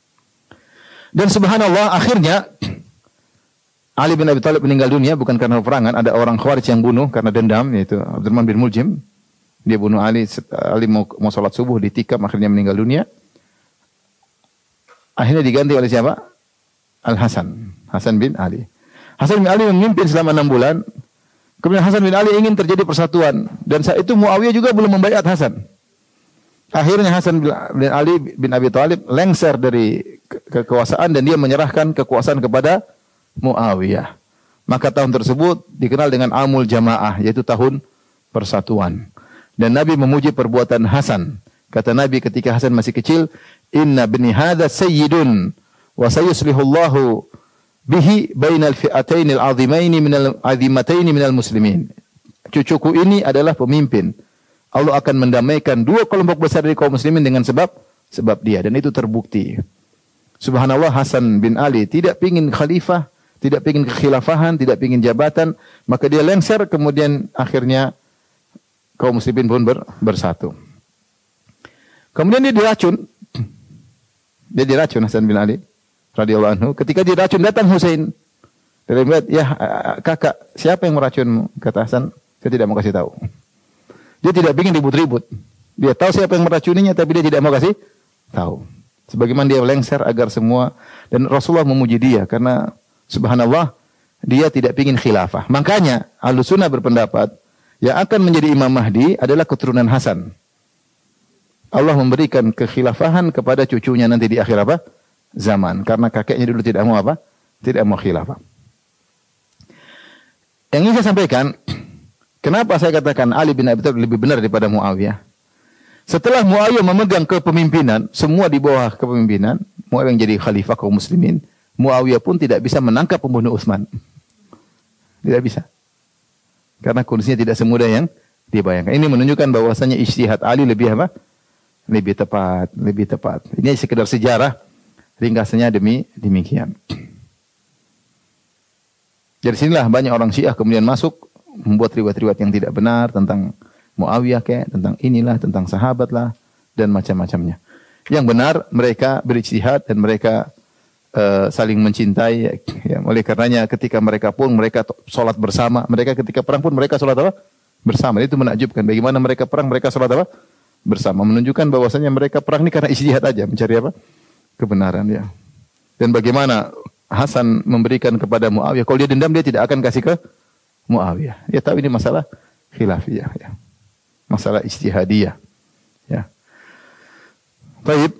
Dan subhanallah akhirnya Ali bin Abi Thalib meninggal dunia bukan karena peperangan. Ada orang Khawarij yang bunuh karena dendam, yaitu Abdurrahman bin Muljim. Dia bunuh Ali. Ali mau, mau sholat subuh ditikam, akhirnya meninggal dunia. Akhirnya diganti oleh siapa? Al-Hasan. Hasan bin Ali. Hasan bin Ali memimpin selama enam bulan. Kemudian Hasan bin Ali ingin terjadi persatuan. Dan saat itu Muawiyah juga belum membaiat Hasan. Akhirnya Hasan bin Ali bin Abi Thalib lengser dari ke kekuasaan dan dia menyerahkan kekuasaan kepada Muawiyah. Maka tahun tersebut dikenal dengan Amul Jamaah, yaitu tahun persatuan. Dan Nabi memuji perbuatan Hasan. Kata Nabi ketika Hasan masih kecil, inna bini hadha sayyidun wa sayuslihullahu bihi bainal fi'atainil azimaini minal azimataini minal muslimin. Cucuku ini adalah pemimpin. Allah akan mendamaikan dua kelompok besar dari kaum muslimin dengan sebab sebab dia, dan itu terbukti. Subhanallah, Hasan bin Ali tidak ingin khalifah, tidak ingin kekhilafahan, tidak ingin jabatan, maka dia lengser, kemudian akhirnya kaum muslimin pun ber, bersatu. Kemudian dia diracun. Dia diracun Hasan bin Ali radhiyallahu anhu. Ketika diracun datang Husain. Dia bilang, "Ya kakak, siapa yang meracunmu?" Kata Hasan, "Saya tidak mau kasih tahu." Dia tidak ingin ribut-ribut. Dia tahu siapa yang meracuninya tapi dia tidak mau kasih tahu. Sebagaimana dia lengser agar semua, dan Rasulullah memuji dia karena subhanallah dia tidak ingin khilafah. Makanya Ahlussunnah berpendapat yang akan menjadi Imam Mahdi adalah keturunan Hasan. Allah memberikan kekhilafahan kepada cucunya nanti di akhir apa? Zaman. Karena kakeknya dulu tidak mau apa? Tidak mau khilafah. Yang ingin saya sampaikan, kenapa saya katakan Ali bin Abi Thalib lebih benar daripada Muawiyah? Setelah Muawiyah memegang kepemimpinan, semua di bawah kepemimpinan, Muawiyah yang jadi khalifah kaum muslimin, Muawiyah pun tidak bisa menangkap pembunuh Utsman. Tidak bisa. Karena kondisinya tidak semudah yang dibayangkan. Ini menunjukkan bahwasanya ijtihad Ali lebih apa? lebih tepat, lebih tepat. Ini sekedar sejarah, ringkasannya demi demikian. Dari sinilah banyak orang Syiah kemudian masuk membuat riwayat-riwayat yang tidak benar tentang Muawiyah kayak, tentang inilah, tentang sahabat lah dan macam-macamnya. Yang benar mereka berijtihad dan mereka uh, saling mencintai. Ya, oleh karenanya ketika mereka pun mereka sholat bersama, mereka ketika perang pun mereka sholat apa? Bersama. Itu menakjubkan. Bagaimana mereka perang, mereka sholat apa? Bersama. Menunjukkan bahwasanya mereka perang ini karena ijtihad aja, mencari apa? Kebenaran ya. Dan bagaimana Hasan memberikan kepada Muawiyah. Kalau dia dendam dia tidak akan kasih ke Muawiyah. Dia tahu ini masalah khilafiyah ya. Masalah ijtihadiyah. Ya. Baik.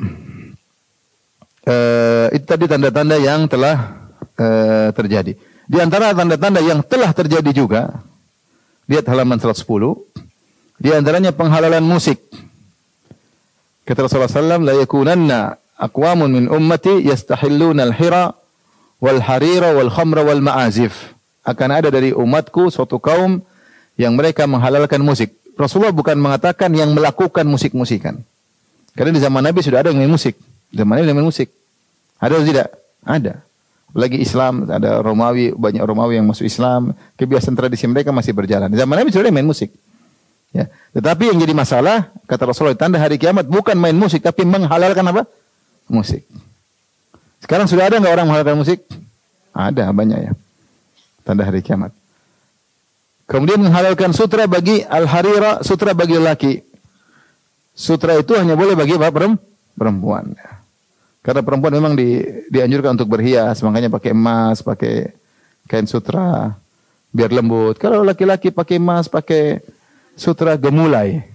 Uh, itu tadi tanda-tanda yang telah uh, terjadi. Di antara tanda-tanda yang telah terjadi juga, lihat halaman seratus sepuluh. Di antaranya penghalalan musik. Kata Rasulullah sallallahu alaihi wasallam, la yakunanna aqwamun min ummati yastahilluna al-hira wal harira wal khamra wal ma'azif. Akan ada dari umatku suatu kaum yang mereka menghalalkan musik. Rasulullah bukan mengatakan yang melakukan musik-musikan. Karena di zaman Nabi sudah ada yang main musik. Zaman Nabi main musik. Ada atau tidak? Ada. Lagi Islam, ada Romawi, banyak Romawi yang masuk Islam. Kebiasaan tradisi mereka masih berjalan. Di zaman Nabi sudah ada yang main musik. Ya. Tetapi yang jadi masalah, kata Rasulullah, tanda hari kiamat bukan main musik, tapi menghalalkan apa? Musik. Sekarang sudah ada nggak orang menghalalkan musik? Ada, banyak ya. Tanda hari kiamat. Kemudian menghalalkan sutra bagi al-harira, sutra bagi lelaki. Sutra itu hanya boleh bagi apa? Perempuan. Karena perempuan memang di, dianjurkan untuk berhias, makanya pakai emas, pakai kain sutra, biar lembut. Kalau laki-laki pakai emas, pakai sutra gemulai.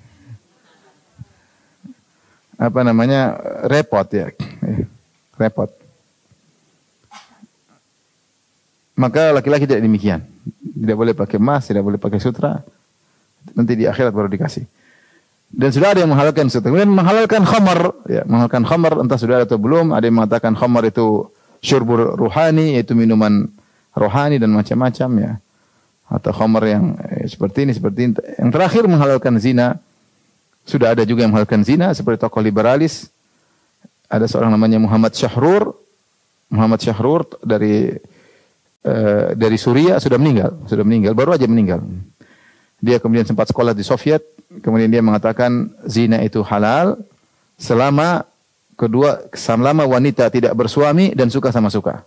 Apa namanya? Repot ya. Repot. Maka laki-laki tidak demikian. Tidak boleh pakai emas, tidak boleh pakai sutra. Nanti di akhirat baru dikasih. Dan sudah ada yang menghalalkan sutra. Kemudian menghalalkan khamar. Ya, menghalalkan khamar, entah sudah ada atau belum. Ada yang mengatakan khamar itu syurbur ruhani, yaitu minuman rohani dan macam-macam ya. Atau khamar yang eh, seperti ini, seperti ini. Yang terakhir menghalalkan zina. Sudah ada juga yang menghalalkan zina, seperti tokoh liberalis. Ada seorang namanya Muhammad Syahrur. Muhammad Syahrur dari uh, dari Suriah sudah meninggal. Sudah meninggal, baru aja meninggal. Dia kemudian sempat sekolah di Soviet. Kemudian dia mengatakan zina itu halal selama kedua selama wanita tidak bersuami dan suka sama suka.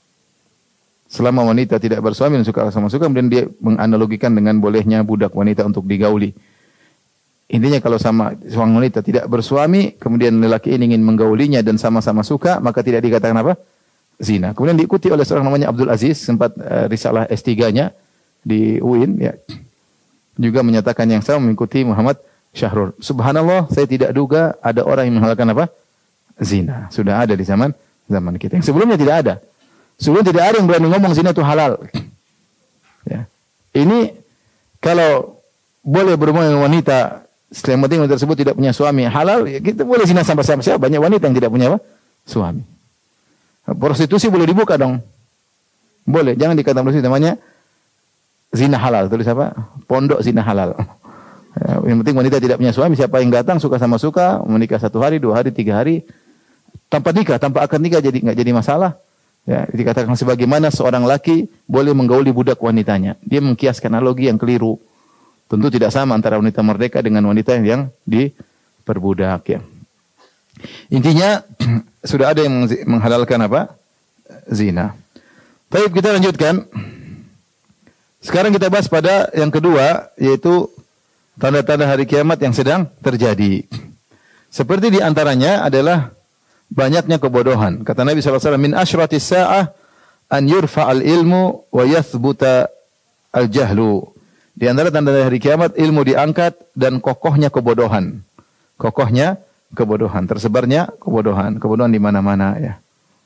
Selama wanita tidak bersuami dan suka sama suka, kemudian dia menganalogikan dengan bolehnya budak wanita untuk digauli. Intinya kalau sama seorang wanita tidak bersuami, kemudian lelaki ini ingin menggaulinya dan sama-sama suka, maka tidak dikatakan apa? Zina. Kemudian diikuti oleh seorang namanya Abdul Aziz, sempat uh, risalah S tiga-nya di U I N ya. Juga menyatakan yang sama mengikuti Muhammad Syahrur. Subhanallah, saya tidak duga ada orang yang menghalalkan apa? Zina. Sudah ada di zaman zaman kita. Yang sebelumnya tidak ada. Sebelumnya tidak ada yang berani ngomong zina itu halal. Ya. Ini kalau boleh berhubungan dengan wanita, selama penting wanita tersebut tidak punya suami, halal, ya kita boleh zina sama-sama. Siapa? Banyak wanita yang tidak punya apa? Suami. Prostitusi boleh dibuka dong. Boleh. Jangan dikatakan prostitusi, namanya zina halal, tulis apa? Pondok zina halal. Ya, yang penting wanita tidak punya suami, siapa yang datang suka sama suka, menikah satu hari, dua hari, tiga hari, tanpa nikah, tanpa akad nikah jadi nggak jadi masalah. Ya, dikatakan sebagaimana seorang laki boleh menggauli budak wanitanya. Dia mengkiaskan analogi yang keliru. Tentu tidak sama antara wanita merdeka dengan wanita yang diperbudak. Ya. Intinya sudah ada yang menghalalkan apa? Zina. Baik, kita lanjutkan. Sekarang kita bahas pada yang kedua, yaitu tanda-tanda hari kiamat yang sedang terjadi. Seperti di antaranya adalah banyaknya kebodohan. Kata Nabi shallallahu alaihi wasallam, min asyratis sa'ah an yurfa'al ilmu wa yathbuta al-jahlu. Di antara tanda hari kiamat, ilmu diangkat dan kokohnya kebodohan. Kokohnya kebodohan, tersebarnya kebodohan. Kebodohan di mana-mana ya.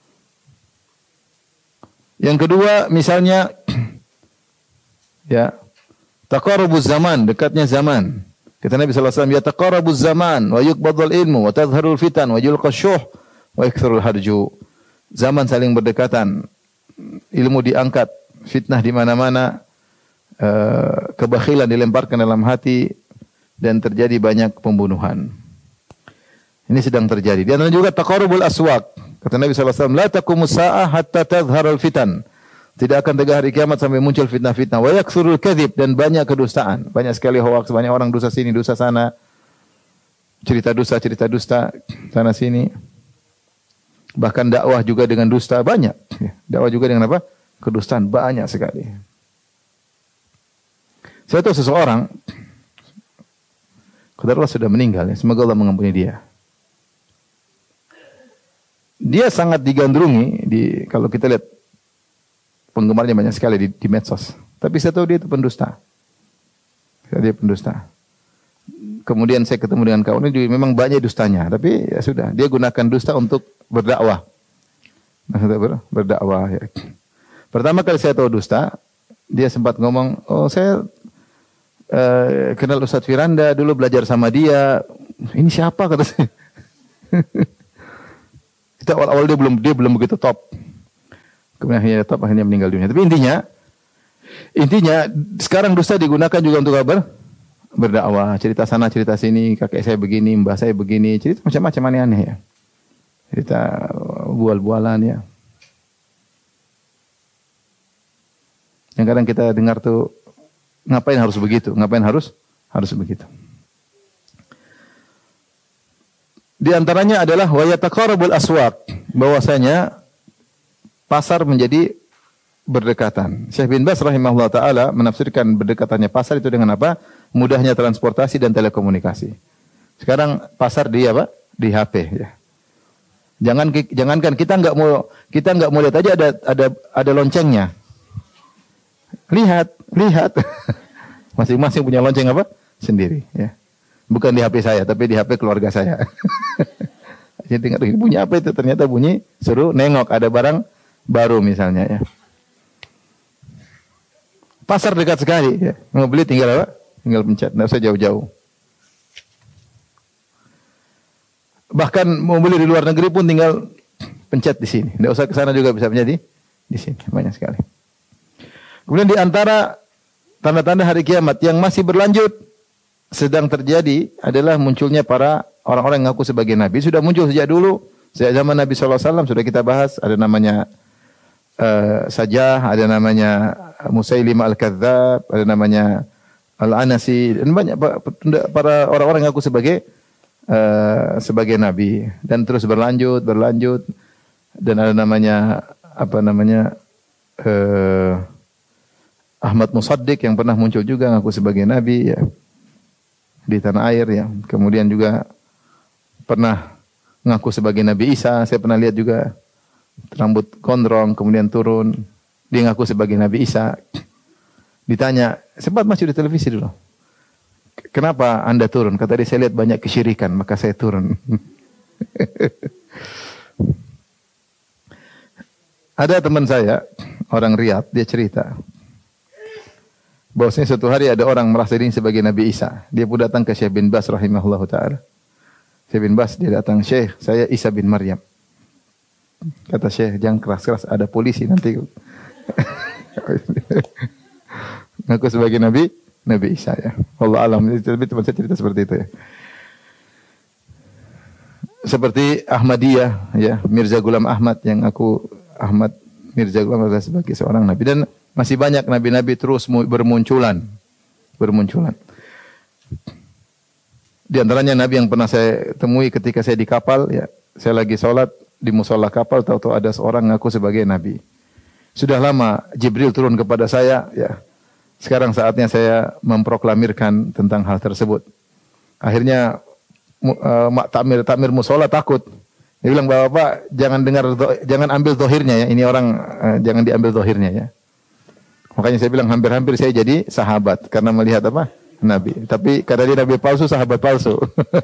Yang kedua, misalnya ya, taqarrubuz zaman, dekatnya zaman. Kata Nabi sallallahu alaihi wasallam, ya taqarrabuz zaman wa yuqbadul ilmu wa tadhharul fitan wa yulqash syuh wa yakthurul harju. Zaman saling berdekatan, ilmu diangkat, fitnah di mana-mana, uh, kebakhilan dilemparkan dalam hati dan terjadi banyak pembunuhan. Ini sedang terjadi. Dan juga taqarrubul aswaq. Kata Nabi sallallahu alaihi wasallam, la taqumus sa'ah hatta tadhharul fitan. Tidak akan tegak hari kiamat sampai muncul fitnah-fitnah. Wa yakthurul kadzib, dan banyak kedustaan. Banyak sekali hoax, banyak orang dusta sini, dusta sana. Cerita dusta, cerita dusta sana sini. Bahkan dakwah juga dengan dusta banyak. Dakwah juga dengan apa? Kedustaan banyak sekali. Saya tahu seseorang, qadarullah sudah meninggal ya, semoga Allah mengampuni dia. Dia sangat digandrungi di, kalau kita lihat penggemarnya banyak sekali di, di medsos. Tapi saya tahu dia itu pendusta. Dia pendusta. Kemudian saya ketemu dengan kawan ini, memang banyak dustanya. Tapi ya sudah, dia gunakan dusta untuk berdakwah. Maksudnya ber, berdakwah. Ya. Pertama kali saya tahu dusta, dia sempat ngomong, oh saya uh, kenal Ustadz Firanda, dulu belajar sama dia. Ini siapa kata saya. Kita awal-awal dia belum dia belum begitu top. Kemudian akhirnya top, akhirnya meninggal dunia. Tapi intinya, intinya sekarang dusta digunakan juga untuk apa? Berdakwah, cerita sana, cerita sini, kakek saya begini, mbah saya begini, cerita macam-macam aneh-aneh ya. Cerita bual-bualan ya. Yang kadang kita dengar tuh, ngapain harus begitu? Ngapain harus harus begitu? Di antaranya adalah wa yataqarrabul aswaq, bahwasanya pasar menjadi berdekatan. Syekh bin Baz rahimahullah taala menafsirkan berdekatannya pasar itu dengan apa? Mudahnya transportasi dan telekomunikasi. Sekarang pasar di apa? Di H P ya. Jangan jangankan kita enggak mau kita enggak mau lihat aja ada ada ada loncengnya. Lihat, lihat. Masing-masing punya lonceng apa? Sendiri ya. Bukan di H P saya, tapi di H P keluarga saya. Jadi dengar bunyi apa itu? Ternyata bunyi suruh nengok ada barang baru misalnya ya. Pasar dekat sekali ya. Mau beli tinggal apa? Tinggal pencet, enggak usah jauh-jauh. Bahkan mau beli di luar negeri pun tinggal pencet di sini. Enggak usah ke sana juga bisa menjadi di sini. Banyak sekali. Kemudian di antara tanda-tanda hari kiamat yang masih berlanjut sedang terjadi adalah munculnya para orang-orang yang ngaku sebagai nabi. Sudah muncul sejak dulu, sejak zaman Nabi sallallahu alaihi wasallam sudah kita bahas. Ada namanya uh, Sajah, ada namanya Musailimah Al-Kadzdzab, ada namanya Al-Anasi, dan banyak para orang-orang yang ngaku sebagai uh, sebagai nabi, dan terus berlanjut, berlanjut, dan ada namanya apa namanya uh, Ahmad Musaddiq yang pernah muncul juga ngaku sebagai nabi ya. Di tanah air ya. Kemudian juga pernah ngaku sebagai Nabi Isa. Saya pernah lihat juga rambut gondrong kemudian turun. Dia ngaku sebagai Nabi Isa. Ditanya, sempat masuk di televisi dulu. Kenapa Anda turun? Kata dia, saya lihat banyak kesyirikan, maka saya turun. Ada teman saya, orang Riyadh, dia cerita bahwasanya suatu hari ada orang merasa diri sebagai Nabi Isa. Dia pun datang ke Syekh bin Baz rahimahullahu taala. Syekh bin Baz dia datang, "Syekh, saya Isa bin Maryam." Kata Syekh, "Jangan keras-keras, ada polisi nanti." Ngaku sebagai Nabi, Nabi Isa ya. Wallahu alam. Tapi teman saya cerita seperti itu ya. Seperti Ahmadiyah ya, Mirza Ghulam Ahmad yang aku Ahmad Mirza Ghulam adalah sebagai seorang nabi, dan masih banyak nabi-nabi terus bermunculan. Bermunculan. Di antaranya nabi yang pernah saya temui ketika saya di kapal, ya, saya lagi sholat di musola kapal, tahu-tahu ada seorang ngaku sebagai nabi. Sudah lama Jibril turun kepada saya, ya. Sekarang saatnya saya memproklamirkan tentang hal tersebut. Akhirnya uh, mak takmir takmir musola takut. Dia bilang, "Bapak, jangan dengar, jangan ambil zahirnya ya. Ini orang uh, jangan diambil zahirnya ya." Makanya saya bilang hampir-hampir saya jadi sahabat karena melihat apa? Nabi. Tapi karena dia nabi palsu, sahabat palsu.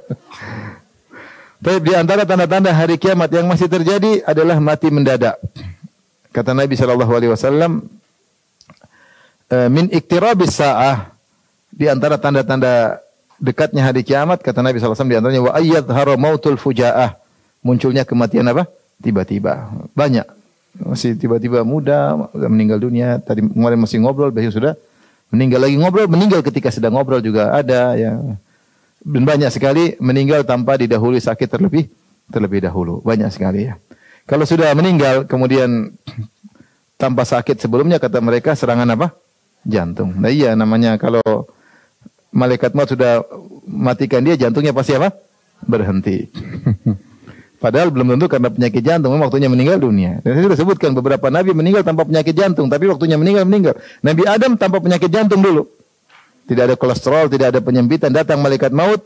Tapi di antara tanda-tanda hari kiamat yang masih terjadi adalah mati mendadak. Kata Nabi sallallahu alaihi wasallam, min iktirabis saah, di antara tanda-tanda dekatnya hari kiamat, kata Nabi sallallahu alaihi wasallam, di antaranya wa ayyadhharu mautul fujaah, munculnya kematian apa? Tiba-tiba. Banyak. Masih tiba-tiba muda meninggal dunia. Tadi kemarin masih ngobrol, besok sudah meninggal lagi, ngobrol, meninggal ketika sedang ngobrol juga ada ya. Dan banyak sekali meninggal tanpa didahului sakit terlebih terlebih dahulu. Banyak sekali ya. Kalau sudah meninggal kemudian tanpa sakit sebelumnya, kata mereka serangan apa? Jantung. Nah iya, namanya kalau malaikat maut sudah matikan dia, jantungnya pasti apa? Berhenti. Padahal belum tentu karena penyakit jantung, memang waktunya meninggal dunia. Dan saya sudah sebutkan beberapa nabi meninggal tanpa penyakit jantung, tapi waktunya meninggal meninggal. Nabi Adam tanpa penyakit jantung dulu. Tidak ada kolesterol, tidak ada penyempitan, datang malaikat maut,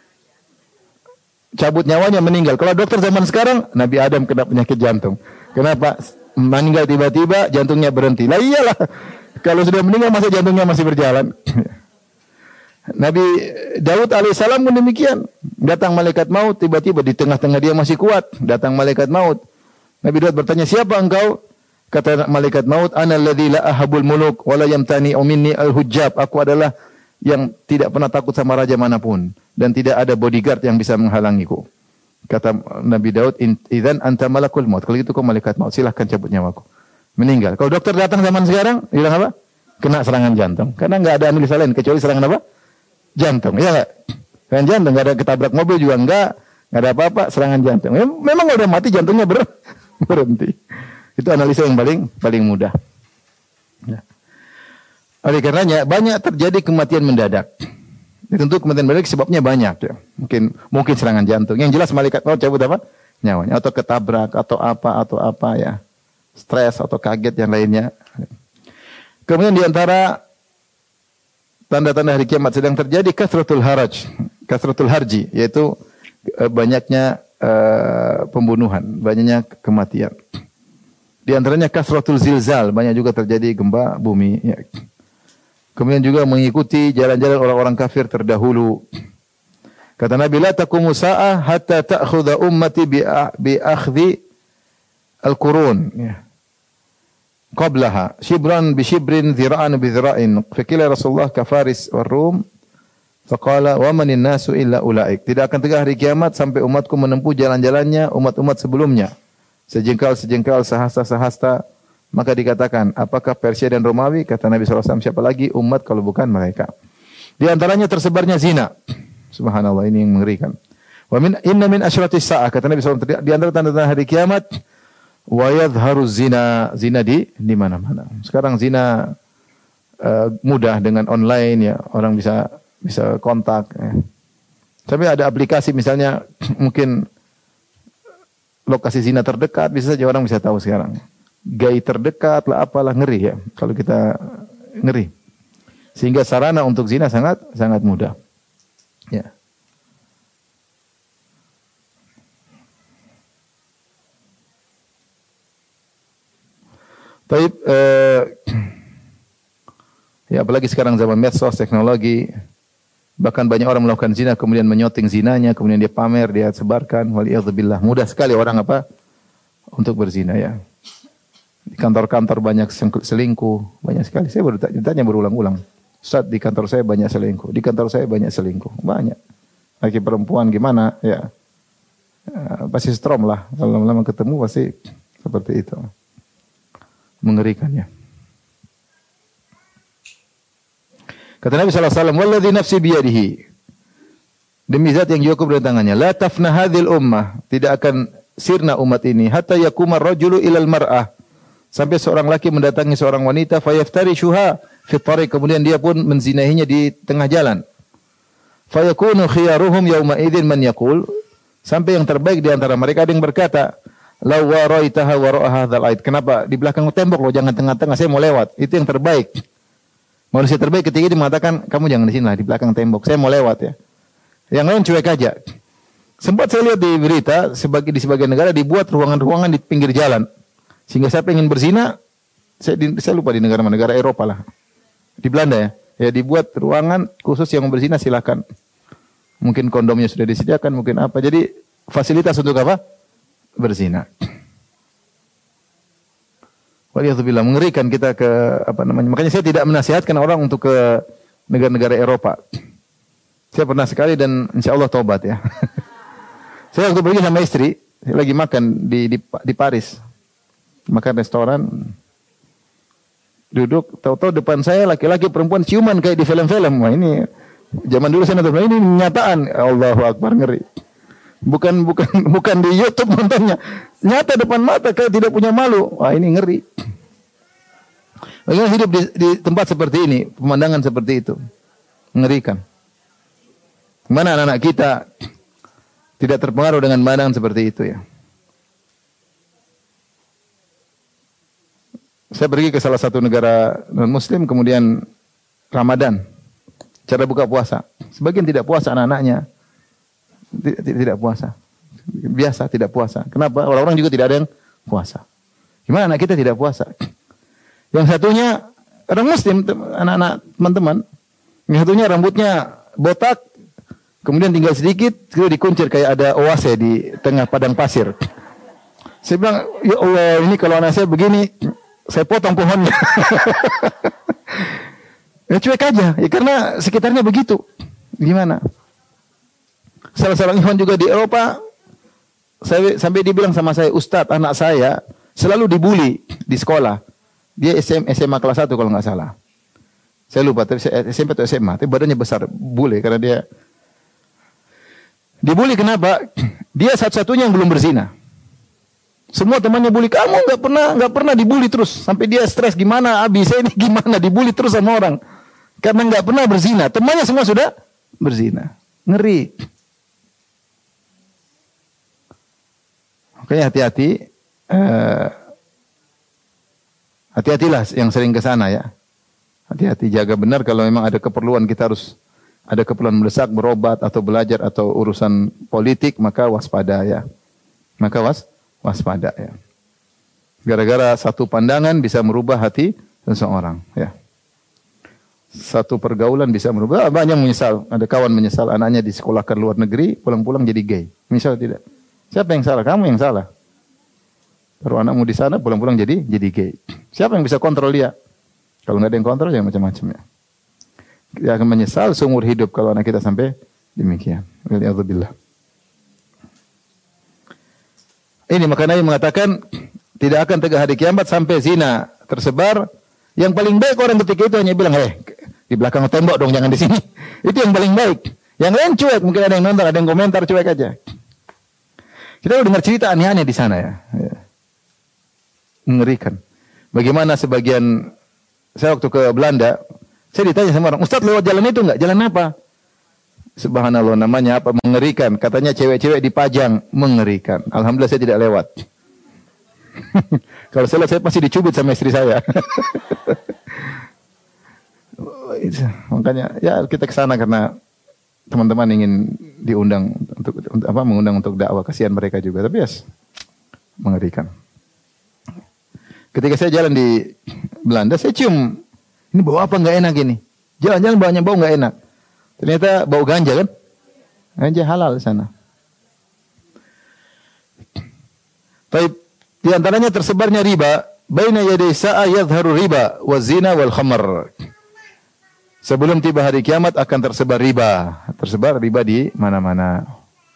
cabut nyawanya, meninggal. Kalau dokter zaman sekarang, Nabi Adam kena penyakit jantung. Kenapa? Meninggal tiba-tiba, jantungnya berhenti. Lah iyalah, kalau sudah meninggal masa jantungnya masih berjalan. Nabi Daud alaihissalam pun demikian. Datang malaikat maut, tiba-tiba di tengah-tengah dia masih kuat. Datang malaikat maut. Nabi Daud bertanya, siapa engkau? Kata malaikat maut, ana alladzi la ahabul muluk wa la yamtani minni al-hujjab. Aku adalah yang tidak pernah takut sama raja manapun dan tidak ada bodyguard yang bisa menghalangiku. Kata Nabi Daud, idzan anta malakul maut. Kalau gitu kau malaikat maut, silahkan cabut nyawaku. Meninggal. Kalau dokter datang zaman sekarang, bilang apa? Kena serangan jantung. Karena enggak ada analisa lain kecuali serangan apa? Jantung. Iya enggak? Serangan jantung, enggak ada ketabrak mobil juga enggak, enggak ada apa-apa, serangan jantung. Memang udah mati jantungnya ber berhenti. Itu analisa yang paling paling mudah. Ya. Oleh karenanya banyak terjadi kematian mendadak. Tentu kematian mendadak sebabnya banyak ya. Mungkin mungkin serangan jantung. Yang jelas malaikat maut cabut apa? Nyawanya, atau ketabrak atau apa atau apa ya. Stres atau kaget yang lainnya. Kemudian di antara tanda-tanda hari kiamat sedang terjadi kasratul haraj, kasratul harji, yaitu banyaknya uh, pembunuhan, banyaknya kematian. Di antaranya kasratul zilzal, banyak juga terjadi gempa bumi ya. Kemudian juga mengikuti jalan-jalan orang-orang kafir terdahulu. Kata Nabi, la taqumu sa'ah hatta ta'khudha ummati bi akhdhi al-qurun. Ya. Qablaha shibran bi shibrin dhira'an bi dhira'in. Fakila Rasulullah kafaris wal rum. Faqala wa manin nasu illa ulaik. Tidak akan tegak hari kiamat sampai umatku menempuh jalan-jalannya umat-umat sebelumnya. Sejengkal-sejengkal, sehasta-sehasta. Maka dikatakan, apakah Persia dan Romawi? Kata Nabi shallallahu alaihi wasallam, siapa lagi umat kalau bukan mereka. Di antaranya tersebarnya zina. Subhanallah, ini yang mengerikan. Wa min inna min asyratis sa'ah, kata Nabi shallallahu alaihi wasallam, di antara tanda-tanda hari kiamat, wa yadhharu zina, zina di di mana-mana. Sekarang zina uh, mudah dengan online ya, orang bisa bisa kontak. Ya. Tapi ada aplikasi misalnya mungkin lokasi zina terdekat, bisa saja orang bisa tahu sekarang. Gai terdekat lah, apalah, ngeri ya. Kalau kita ngeri. Sehingga sarana untuk zina sangat sangat mudah. Ya. Baik, eh, ya apalagi sekarang zaman medsos, teknologi, bahkan banyak orang melakukan zina kemudian menyotting zinanya, kemudian dia pamer, dia sebarkan. Waliyadzubillah. Mudah sekali orang apa untuk berzina ya. Di kantor-kantor banyak selingkuh, banyak sekali. Saya baru ditanya berulang-ulang. Ustaz, di kantor saya banyak selingkuh. Di kantor saya banyak selingkuh. Banyak. Laki perempuan gimana? Ya, ya pasti strom lah. Kalau lama-lama ketemu pasti seperti itu. Mengerikan ya. Kata Nabi shallallahu alaihi wasallam, "Walladzi nafsi biyadihi." Demi zat yang jiwaku berada di tangannya, la tafna hadhil ummah, tidak akan sirna umat ini hatta yakuma rajulu ilal mar'ah. Sampai seorang laki mendatangi seorang wanita, fayaftarishuha fi tariq, kemudian dia pun menzinahinya di tengah jalan. Fayakunu khiyaruhum yauma idzin man yaqul, sampai yang terbaik di antara mereka ada yang berkata, law waraitaha wara'a hadzal ait. Kenapa di belakang tembok loh, jangan tengah-tengah, saya mau lewat. Itu yang terbaik. Manusia terbaik ketika dia mengatakan, kamu jangan di sini lah, di belakang tembok, saya mau lewat ya. Yang lain cuek aja. Sempat saya lihat di berita, sebagai di sebagian negara dibuat ruangan-ruangan di pinggir jalan. Sehingga saya pengen berzina, saya, di, saya lupa di negara mana, negara Eropa lah. Di Belanda ya. Ya dibuat ruangan khusus yang mau berzina, silakan. Mungkin kondomnya sudah disediakan, mungkin apa. Jadi fasilitas untuk apa? Berzina. Waliyadzubillah, mengerikan kita ke apa namanya. Makanya saya tidak menasihatkan orang untuk ke negara-negara Eropa. Saya pernah sekali dan insya Allah taubat ya. Saya waktu pergi sama istri, saya lagi makan di di, di Paris. Makan restoran, duduk, tahu-tahu depan saya laki-laki perempuan ciuman kayak di film-film. Wah ini Zaman dulu saya nonton, ini nyataan. Allahu Akbar, ngeri. Bukan bukan bukan di YouTube nontonnya. Nyata depan mata, kalau tidak punya malu. Wah, ini ngeri. Bagaimana hidup di, di tempat seperti ini, pemandangan seperti itu. Mengerikan. Mana anak-anak kita tidak terpengaruh dengan pemandangan seperti itu ya. Saya pergi ke salah satu negara non-muslim, kemudian Ramadan. Cara buka puasa. Sebagian tidak puasa anak-anaknya. Tidak puasa. Biasa tidak puasa. Kenapa? Orang-orang juga tidak ada yang puasa. Gimana anak kita tidak puasa? Yang satunya orang muslim, anak-anak teman-teman. Yang satunya rambutnya botak, kemudian tinggal sedikit, kemudian dikuncir kayak ada oase di tengah padang pasir. Saya bilang, ya Allah, ini kalau anak saya begini, saya potong pohonnya. Ya cuek aja, ya karena sekitarnya begitu. Gimana? Salah seorang ikhwan juga di Eropa, saya, sampai dibilang sama saya, Ustadz, anak saya selalu dibully di sekolah. Dia S M, S M A kelas satu kalau nggak salah. Saya lupa, tapi S M P atau S M A, tapi badannya besar, bule karena dia dibully. Kenapa? Dia satu-satunya yang belum berzina. Semua temannya bully, kamu nggak pernah nggak pernah dibully terus, sampai dia stres, gimana Abi saya ini gimana dibully terus sama orang karena nggak pernah berzina. Temannya semua sudah berzina, ngeri. Makanya hati-hati, uh, hati-hatilah yang sering ke sana ya. Hati-hati, jaga benar kalau memang ada keperluan kita harus ada keperluan mendesak berobat atau belajar atau urusan politik, maka waspada ya. Maka was waspada ya. Gara-gara satu pandangan bisa merubah hati seseorang ya. Satu pergaulan bisa merubah. Banyak menyesal. Ada kawan menyesal anaknya disekolahkan luar negeri, pulang-pulang jadi gay. Misal tidak. Siapa yang salah? Kamu yang salah. Taruh anakmu di sana, pulang-pulang jadi jadi gay. Siapa yang bisa kontrol dia? Kalau nggak ada yang kontrol, ya macam-macam ya. Dia akan menyesal seumur hidup kalau anak kita sampai demikian. Waliyadzubillah. Ini maka Nabi mengatakan tidak akan tegak hari kiamat sampai zina tersebar. Yang paling baik orang ketika itu hanya bilang, eh di belakang tembok dong, jangan di sini. Itu yang paling baik. Yang lain cuek, mungkin ada yang nonton, ada yang komentar, cuek aja. Kita udah dengar cerita aneh-aneh di sana ya. ya. Mengerikan. Bagaimana sebagian, saya waktu ke Belanda, saya ditanya sama orang, Ustadz lewat jalan itu enggak? Jalan apa? Subhanallah, namanya apa? Mengerikan. Katanya cewek-cewek dipajang. Mengerikan. Alhamdulillah saya tidak lewat. Kalau saya lewat, saya pasti dicubit sama istri saya. Makanya ya kita ke sana karena teman-teman ingin diundang untuk, untuk apa mengundang untuk dakwah, kasihan mereka juga, tapi ya yes, mengerikan. Ketika saya jalan di Belanda, saya cium, ini bau apa nggak enak ini? Jalan-jalan baunya bau nggak enak. Ternyata bau ganja kan? Ganja halal di sana. Tapi di antaranya tersebarnya riba, baina yaday sa'a yadhharu riba wa zina wal khamr. Sebelum tiba hari kiamat akan tersebar riba. Tersebar riba di mana-mana.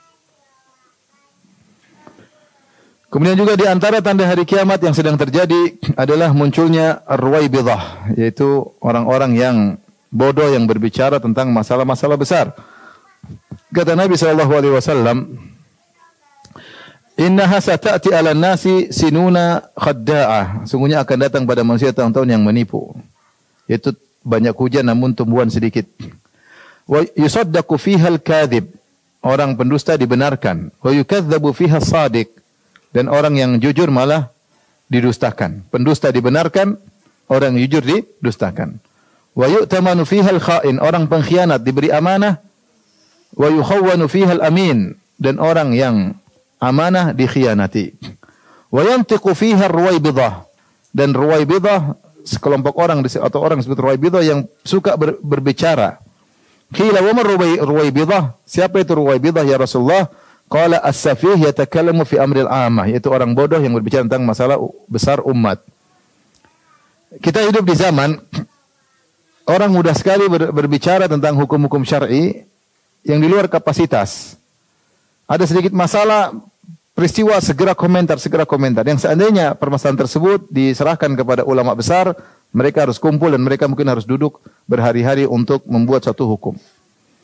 Kemudian juga di antara tanda hari kiamat yang sedang terjadi adalah munculnya ar-ruwaibidah, yaitu orang-orang yang bodoh yang berbicara tentang masalah-masalah besar. Kata Nabi sallallahu alaihi wasallam, "Innaha sata'ti 'alan nasi sinuna khadda'ah." Sungguhnya akan datang pada manusia tahun-tahun yang menipu. Yaitu banyak hujan namun tumbuhan sedikit. Wa yusaddaqu fiha al-kadhib. Orang pendusta dibenarkan. Wa yukadzdzabu fiha as-shadiq. Dan orang yang jujur malah didustakan. Pendusta dibenarkan, orang yang jujur didustakan. Wa yu'tamanu fiha al-kha'in. Orang pengkhianat diberi amanah. Wa yukhawwanu fiha al-amin. Dan orang yang amanah dikhianati. Wa yantiqu fiha ar-ruwaibidah. Dan ruwaibidah sekelompok orang atau orang disebut ruwaibidah yang suka ber, berbicara. Qila wa man ruwaibidah? Siapa itu ruwaibidah ya Rasulullah? Qala as-safih yatakallamu fi amril amah, yaitu orang bodoh yang berbicara tentang masalah besar umat. Kita hidup di zaman orang mudah sekali ber, berbicara tentang hukum-hukum syar'i yang di luar kapasitas. Ada sedikit masalah, peristiwa, segera komentar, segera komentar. Yang seandainya permasalahan tersebut diserahkan kepada ulama besar, mereka harus kumpul dan mereka mungkin harus duduk berhari-hari untuk membuat satu hukum.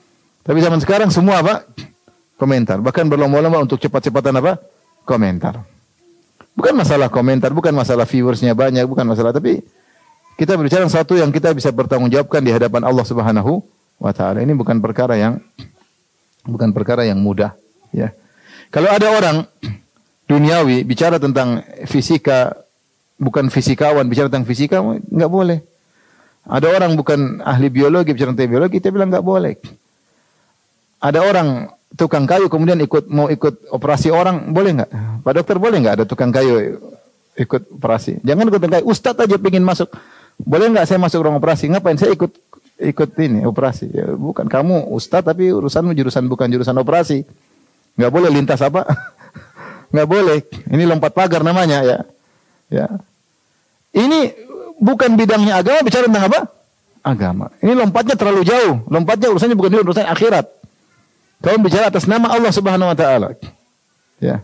Tapi zaman sekarang semua apa? Komentar. Bahkan berlomba-lomba untuk cepat-cepatan apa? Komentar. Bukan masalah komentar, bukan masalah viewersnya banyak, bukan masalah. Tapi kita berbicara sesuatu yang kita bisa bertanggungjawabkan di hadapan Allah Subhanahu wa Ta'ala. Ini bukan perkara yang bukan perkara yang mudah. Ya. Kalau ada orang duniawi bicara tentang fisika, bukan fisikawan bicara tentang fisika, nggak boleh. Ada orang bukan ahli biologi bicara tentang biologi, kita bilang nggak boleh. Ada orang tukang kayu kemudian ikut mau ikut operasi orang, boleh nggak? Pak dokter boleh nggak ada tukang kayu ikut operasi? Jangan ikut tukang kayu, ustadz aja pengen masuk, boleh nggak saya masuk ruang operasi? Ngapain saya ikut ikut ini operasi? Ya, bukan kamu ustadz tapi urusanmu jurusan bukan jurusan operasi, nggak boleh lintas apa? Nggak boleh. Ini lompat pagar namanya ya. Ya. Ini bukan bidangnya agama, bicara tentang apa? Agama. Ini lompatnya terlalu jauh. Lompatnya urusannya bukan urusan akhirat. Kau bicara atas nama Allah Subhanahu wa Ta'ala. Ya.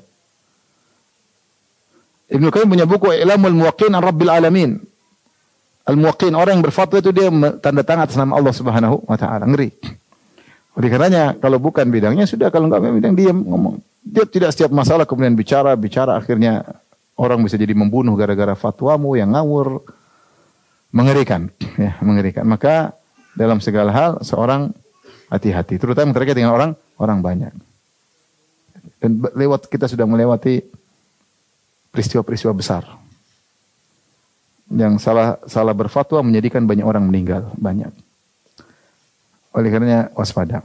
Ibnu Qayyim punya buku Ilamul Muwaqqin an Rabbil Alamin. Al-Muwaqqin, orang yang berfatwa itu dia tanda tangan atas nama Allah Subhanahu wa Ta'ala. Ngeri. Oleh karenanya kalau bukan bidangnya sudah, kalau enggak bidang diam ngomong. Dia tidak setiap masalah kemudian bicara, bicara akhirnya orang bisa jadi membunuh gara-gara fatwamu yang ngawur. Mengerikan, ya, mengerikan. Maka dalam segala hal seorang hati-hati, terutama terkait dengan orang orang banyak. Dan lewat kita sudah melewati peristiwa-peristiwa besar. Yang salah salah berfatwa menjadikan banyak orang meninggal, banyak. Oleh karenanya waspada.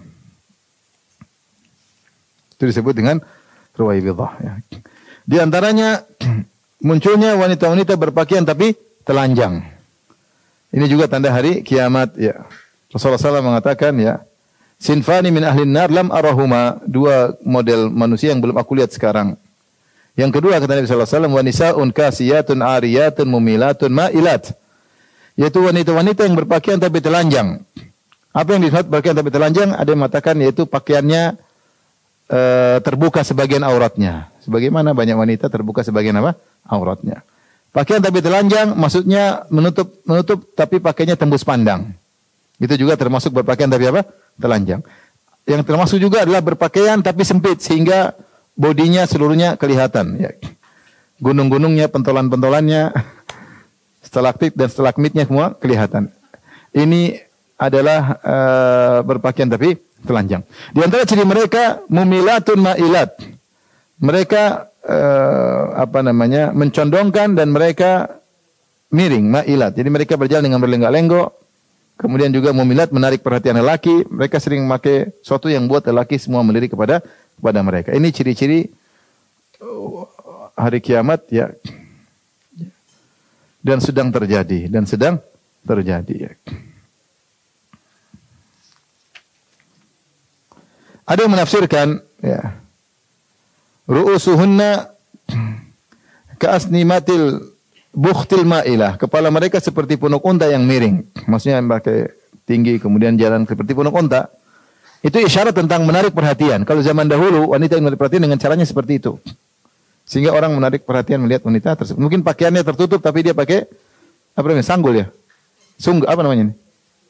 Itu disebut dengan ruwaibidah, ya. Di antaranya munculnya wanita-wanita berpakaian tapi telanjang. Ini juga tanda hari kiamat, ya. Rasulullah shallallahu alaihi wasallam mengatakan, ya, sinfani min ahlin nar lam arahuma, dua model manusia yang belum aku lihat sekarang. Yang kedua kata Nabi sallallahu alaihi wasallam, wa nisaun kasiyatun ariyatun mumilatun ma'ilat, yaitu wanita-wanita yang berpakaian tapi telanjang. Apa yang dimaksud pakaian tapi telanjang? Ada yang mengatakan yaitu pakaiannya e, terbuka sebagian auratnya. Sebagaimana banyak wanita terbuka sebagian apa? Auratnya. Pakaian tapi telanjang maksudnya menutup menutup tapi pakainya tembus pandang. Itu juga termasuk berpakaian tapi apa? Telanjang. Yang termasuk juga adalah berpakaian tapi sempit sehingga bodinya seluruhnya kelihatan, ya. Gunung-gunungnya, pentolan-pentolannya, stalaktit dan stalagmitnya semua kelihatan. Ini adalah uh, berpakaian tapi telanjang. Di antara ciri mereka mumilatun ma'ilat. Mereka uh, apa namanya? mencondongkan dan mereka miring, ma'ilat. Jadi mereka berjalan dengan berlenggak-lenggok. Kemudian juga mumilat, menarik perhatian lelaki. Mereka sering memakai sesuatu yang buat lelaki semua melirik kepada kepada mereka. Ini ciri-ciri hari kiamat, ya. Dan sedang terjadi, dan sedang terjadi, ya. Ada yang menafsirkan, ya, ru'usuhunna ka'asnimatil bukhtil ma'ilah, kepala mereka seperti punuk unta yang miring. Maksudnya yang pakai tinggi kemudian jalan seperti punuk unta. Itu isyarat tentang menarik perhatian. Kalau zaman dahulu wanita yang menarik perhatian dengan caranya seperti itu. Sehingga orang menarik perhatian melihat wanita tersebut. Mungkin pakaiannya tertutup tapi dia pakai apa namanya? Sanggul, ya. Sungguh apa namanya ini?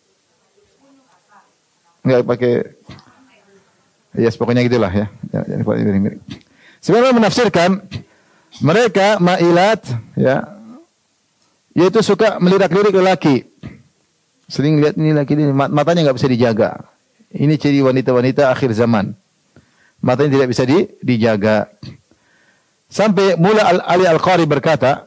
Enggak pakai. Ya, yes, pokoknya gitulah, ya. Sebenarnya menafsirkan mereka ma'ilat, ya, yaitu suka melirik-lirik lelaki. Sering lihat ini laki ini, matanya nggak bisa dijaga. Ini ciri wanita-wanita akhir zaman. Matanya tidak bisa di, dijaga. Sampai mula Ali Al-Qari berkata,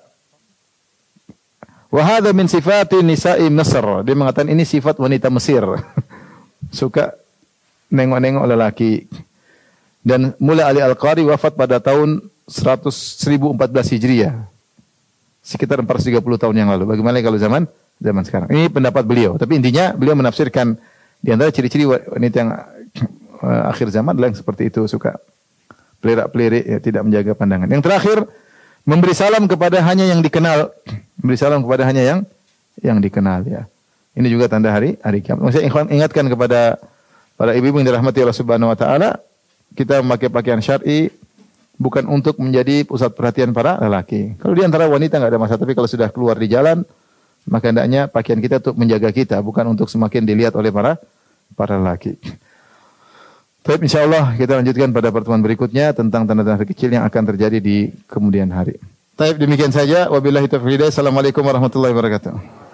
wa hadha min sifati nisa'i Mesir. Dia mengatakan ini sifat wanita Mesir. Suka nengok-nengok lelaki. Dan mula Ali Al-Qari wafat pada tahun seribu empat belas Hijriah. Sekitar empat ratus tiga puluh tahun yang lalu. Bagaimana kalau zaman zaman sekarang? Ini pendapat beliau. Tapi intinya beliau menafsirkan di antara ciri-ciri wanita yang uh, akhir zaman adalah yang seperti itu, suka pelirak-pelirik, ya, tidak menjaga pandangan. Yang terakhir, memberi salam kepada hanya yang dikenal. Memberi salam kepada hanya yang yang dikenal, ya. Ini juga tanda hari hari kiamat. Saya ingatkan kepada para ibu-ibu yang dirahmati Allah Subhanahu wa taala, kita memakai pakaian syar'i bukan untuk menjadi pusat perhatian para lelaki. Kalau di antara wanita enggak ada masalah, tapi kalau sudah keluar di jalan, maka hendaknya pakaian kita untuk menjaga kita, bukan untuk semakin dilihat oleh para para lelaki. Baik, insyaallah kita lanjutkan pada pertemuan berikutnya tentang tanda-tanda kecil yang akan terjadi di kemudian hari. Baik, demikian saja. Wabillahi taufiq. Assalamualaikum warahmatullahi wabarakatuh.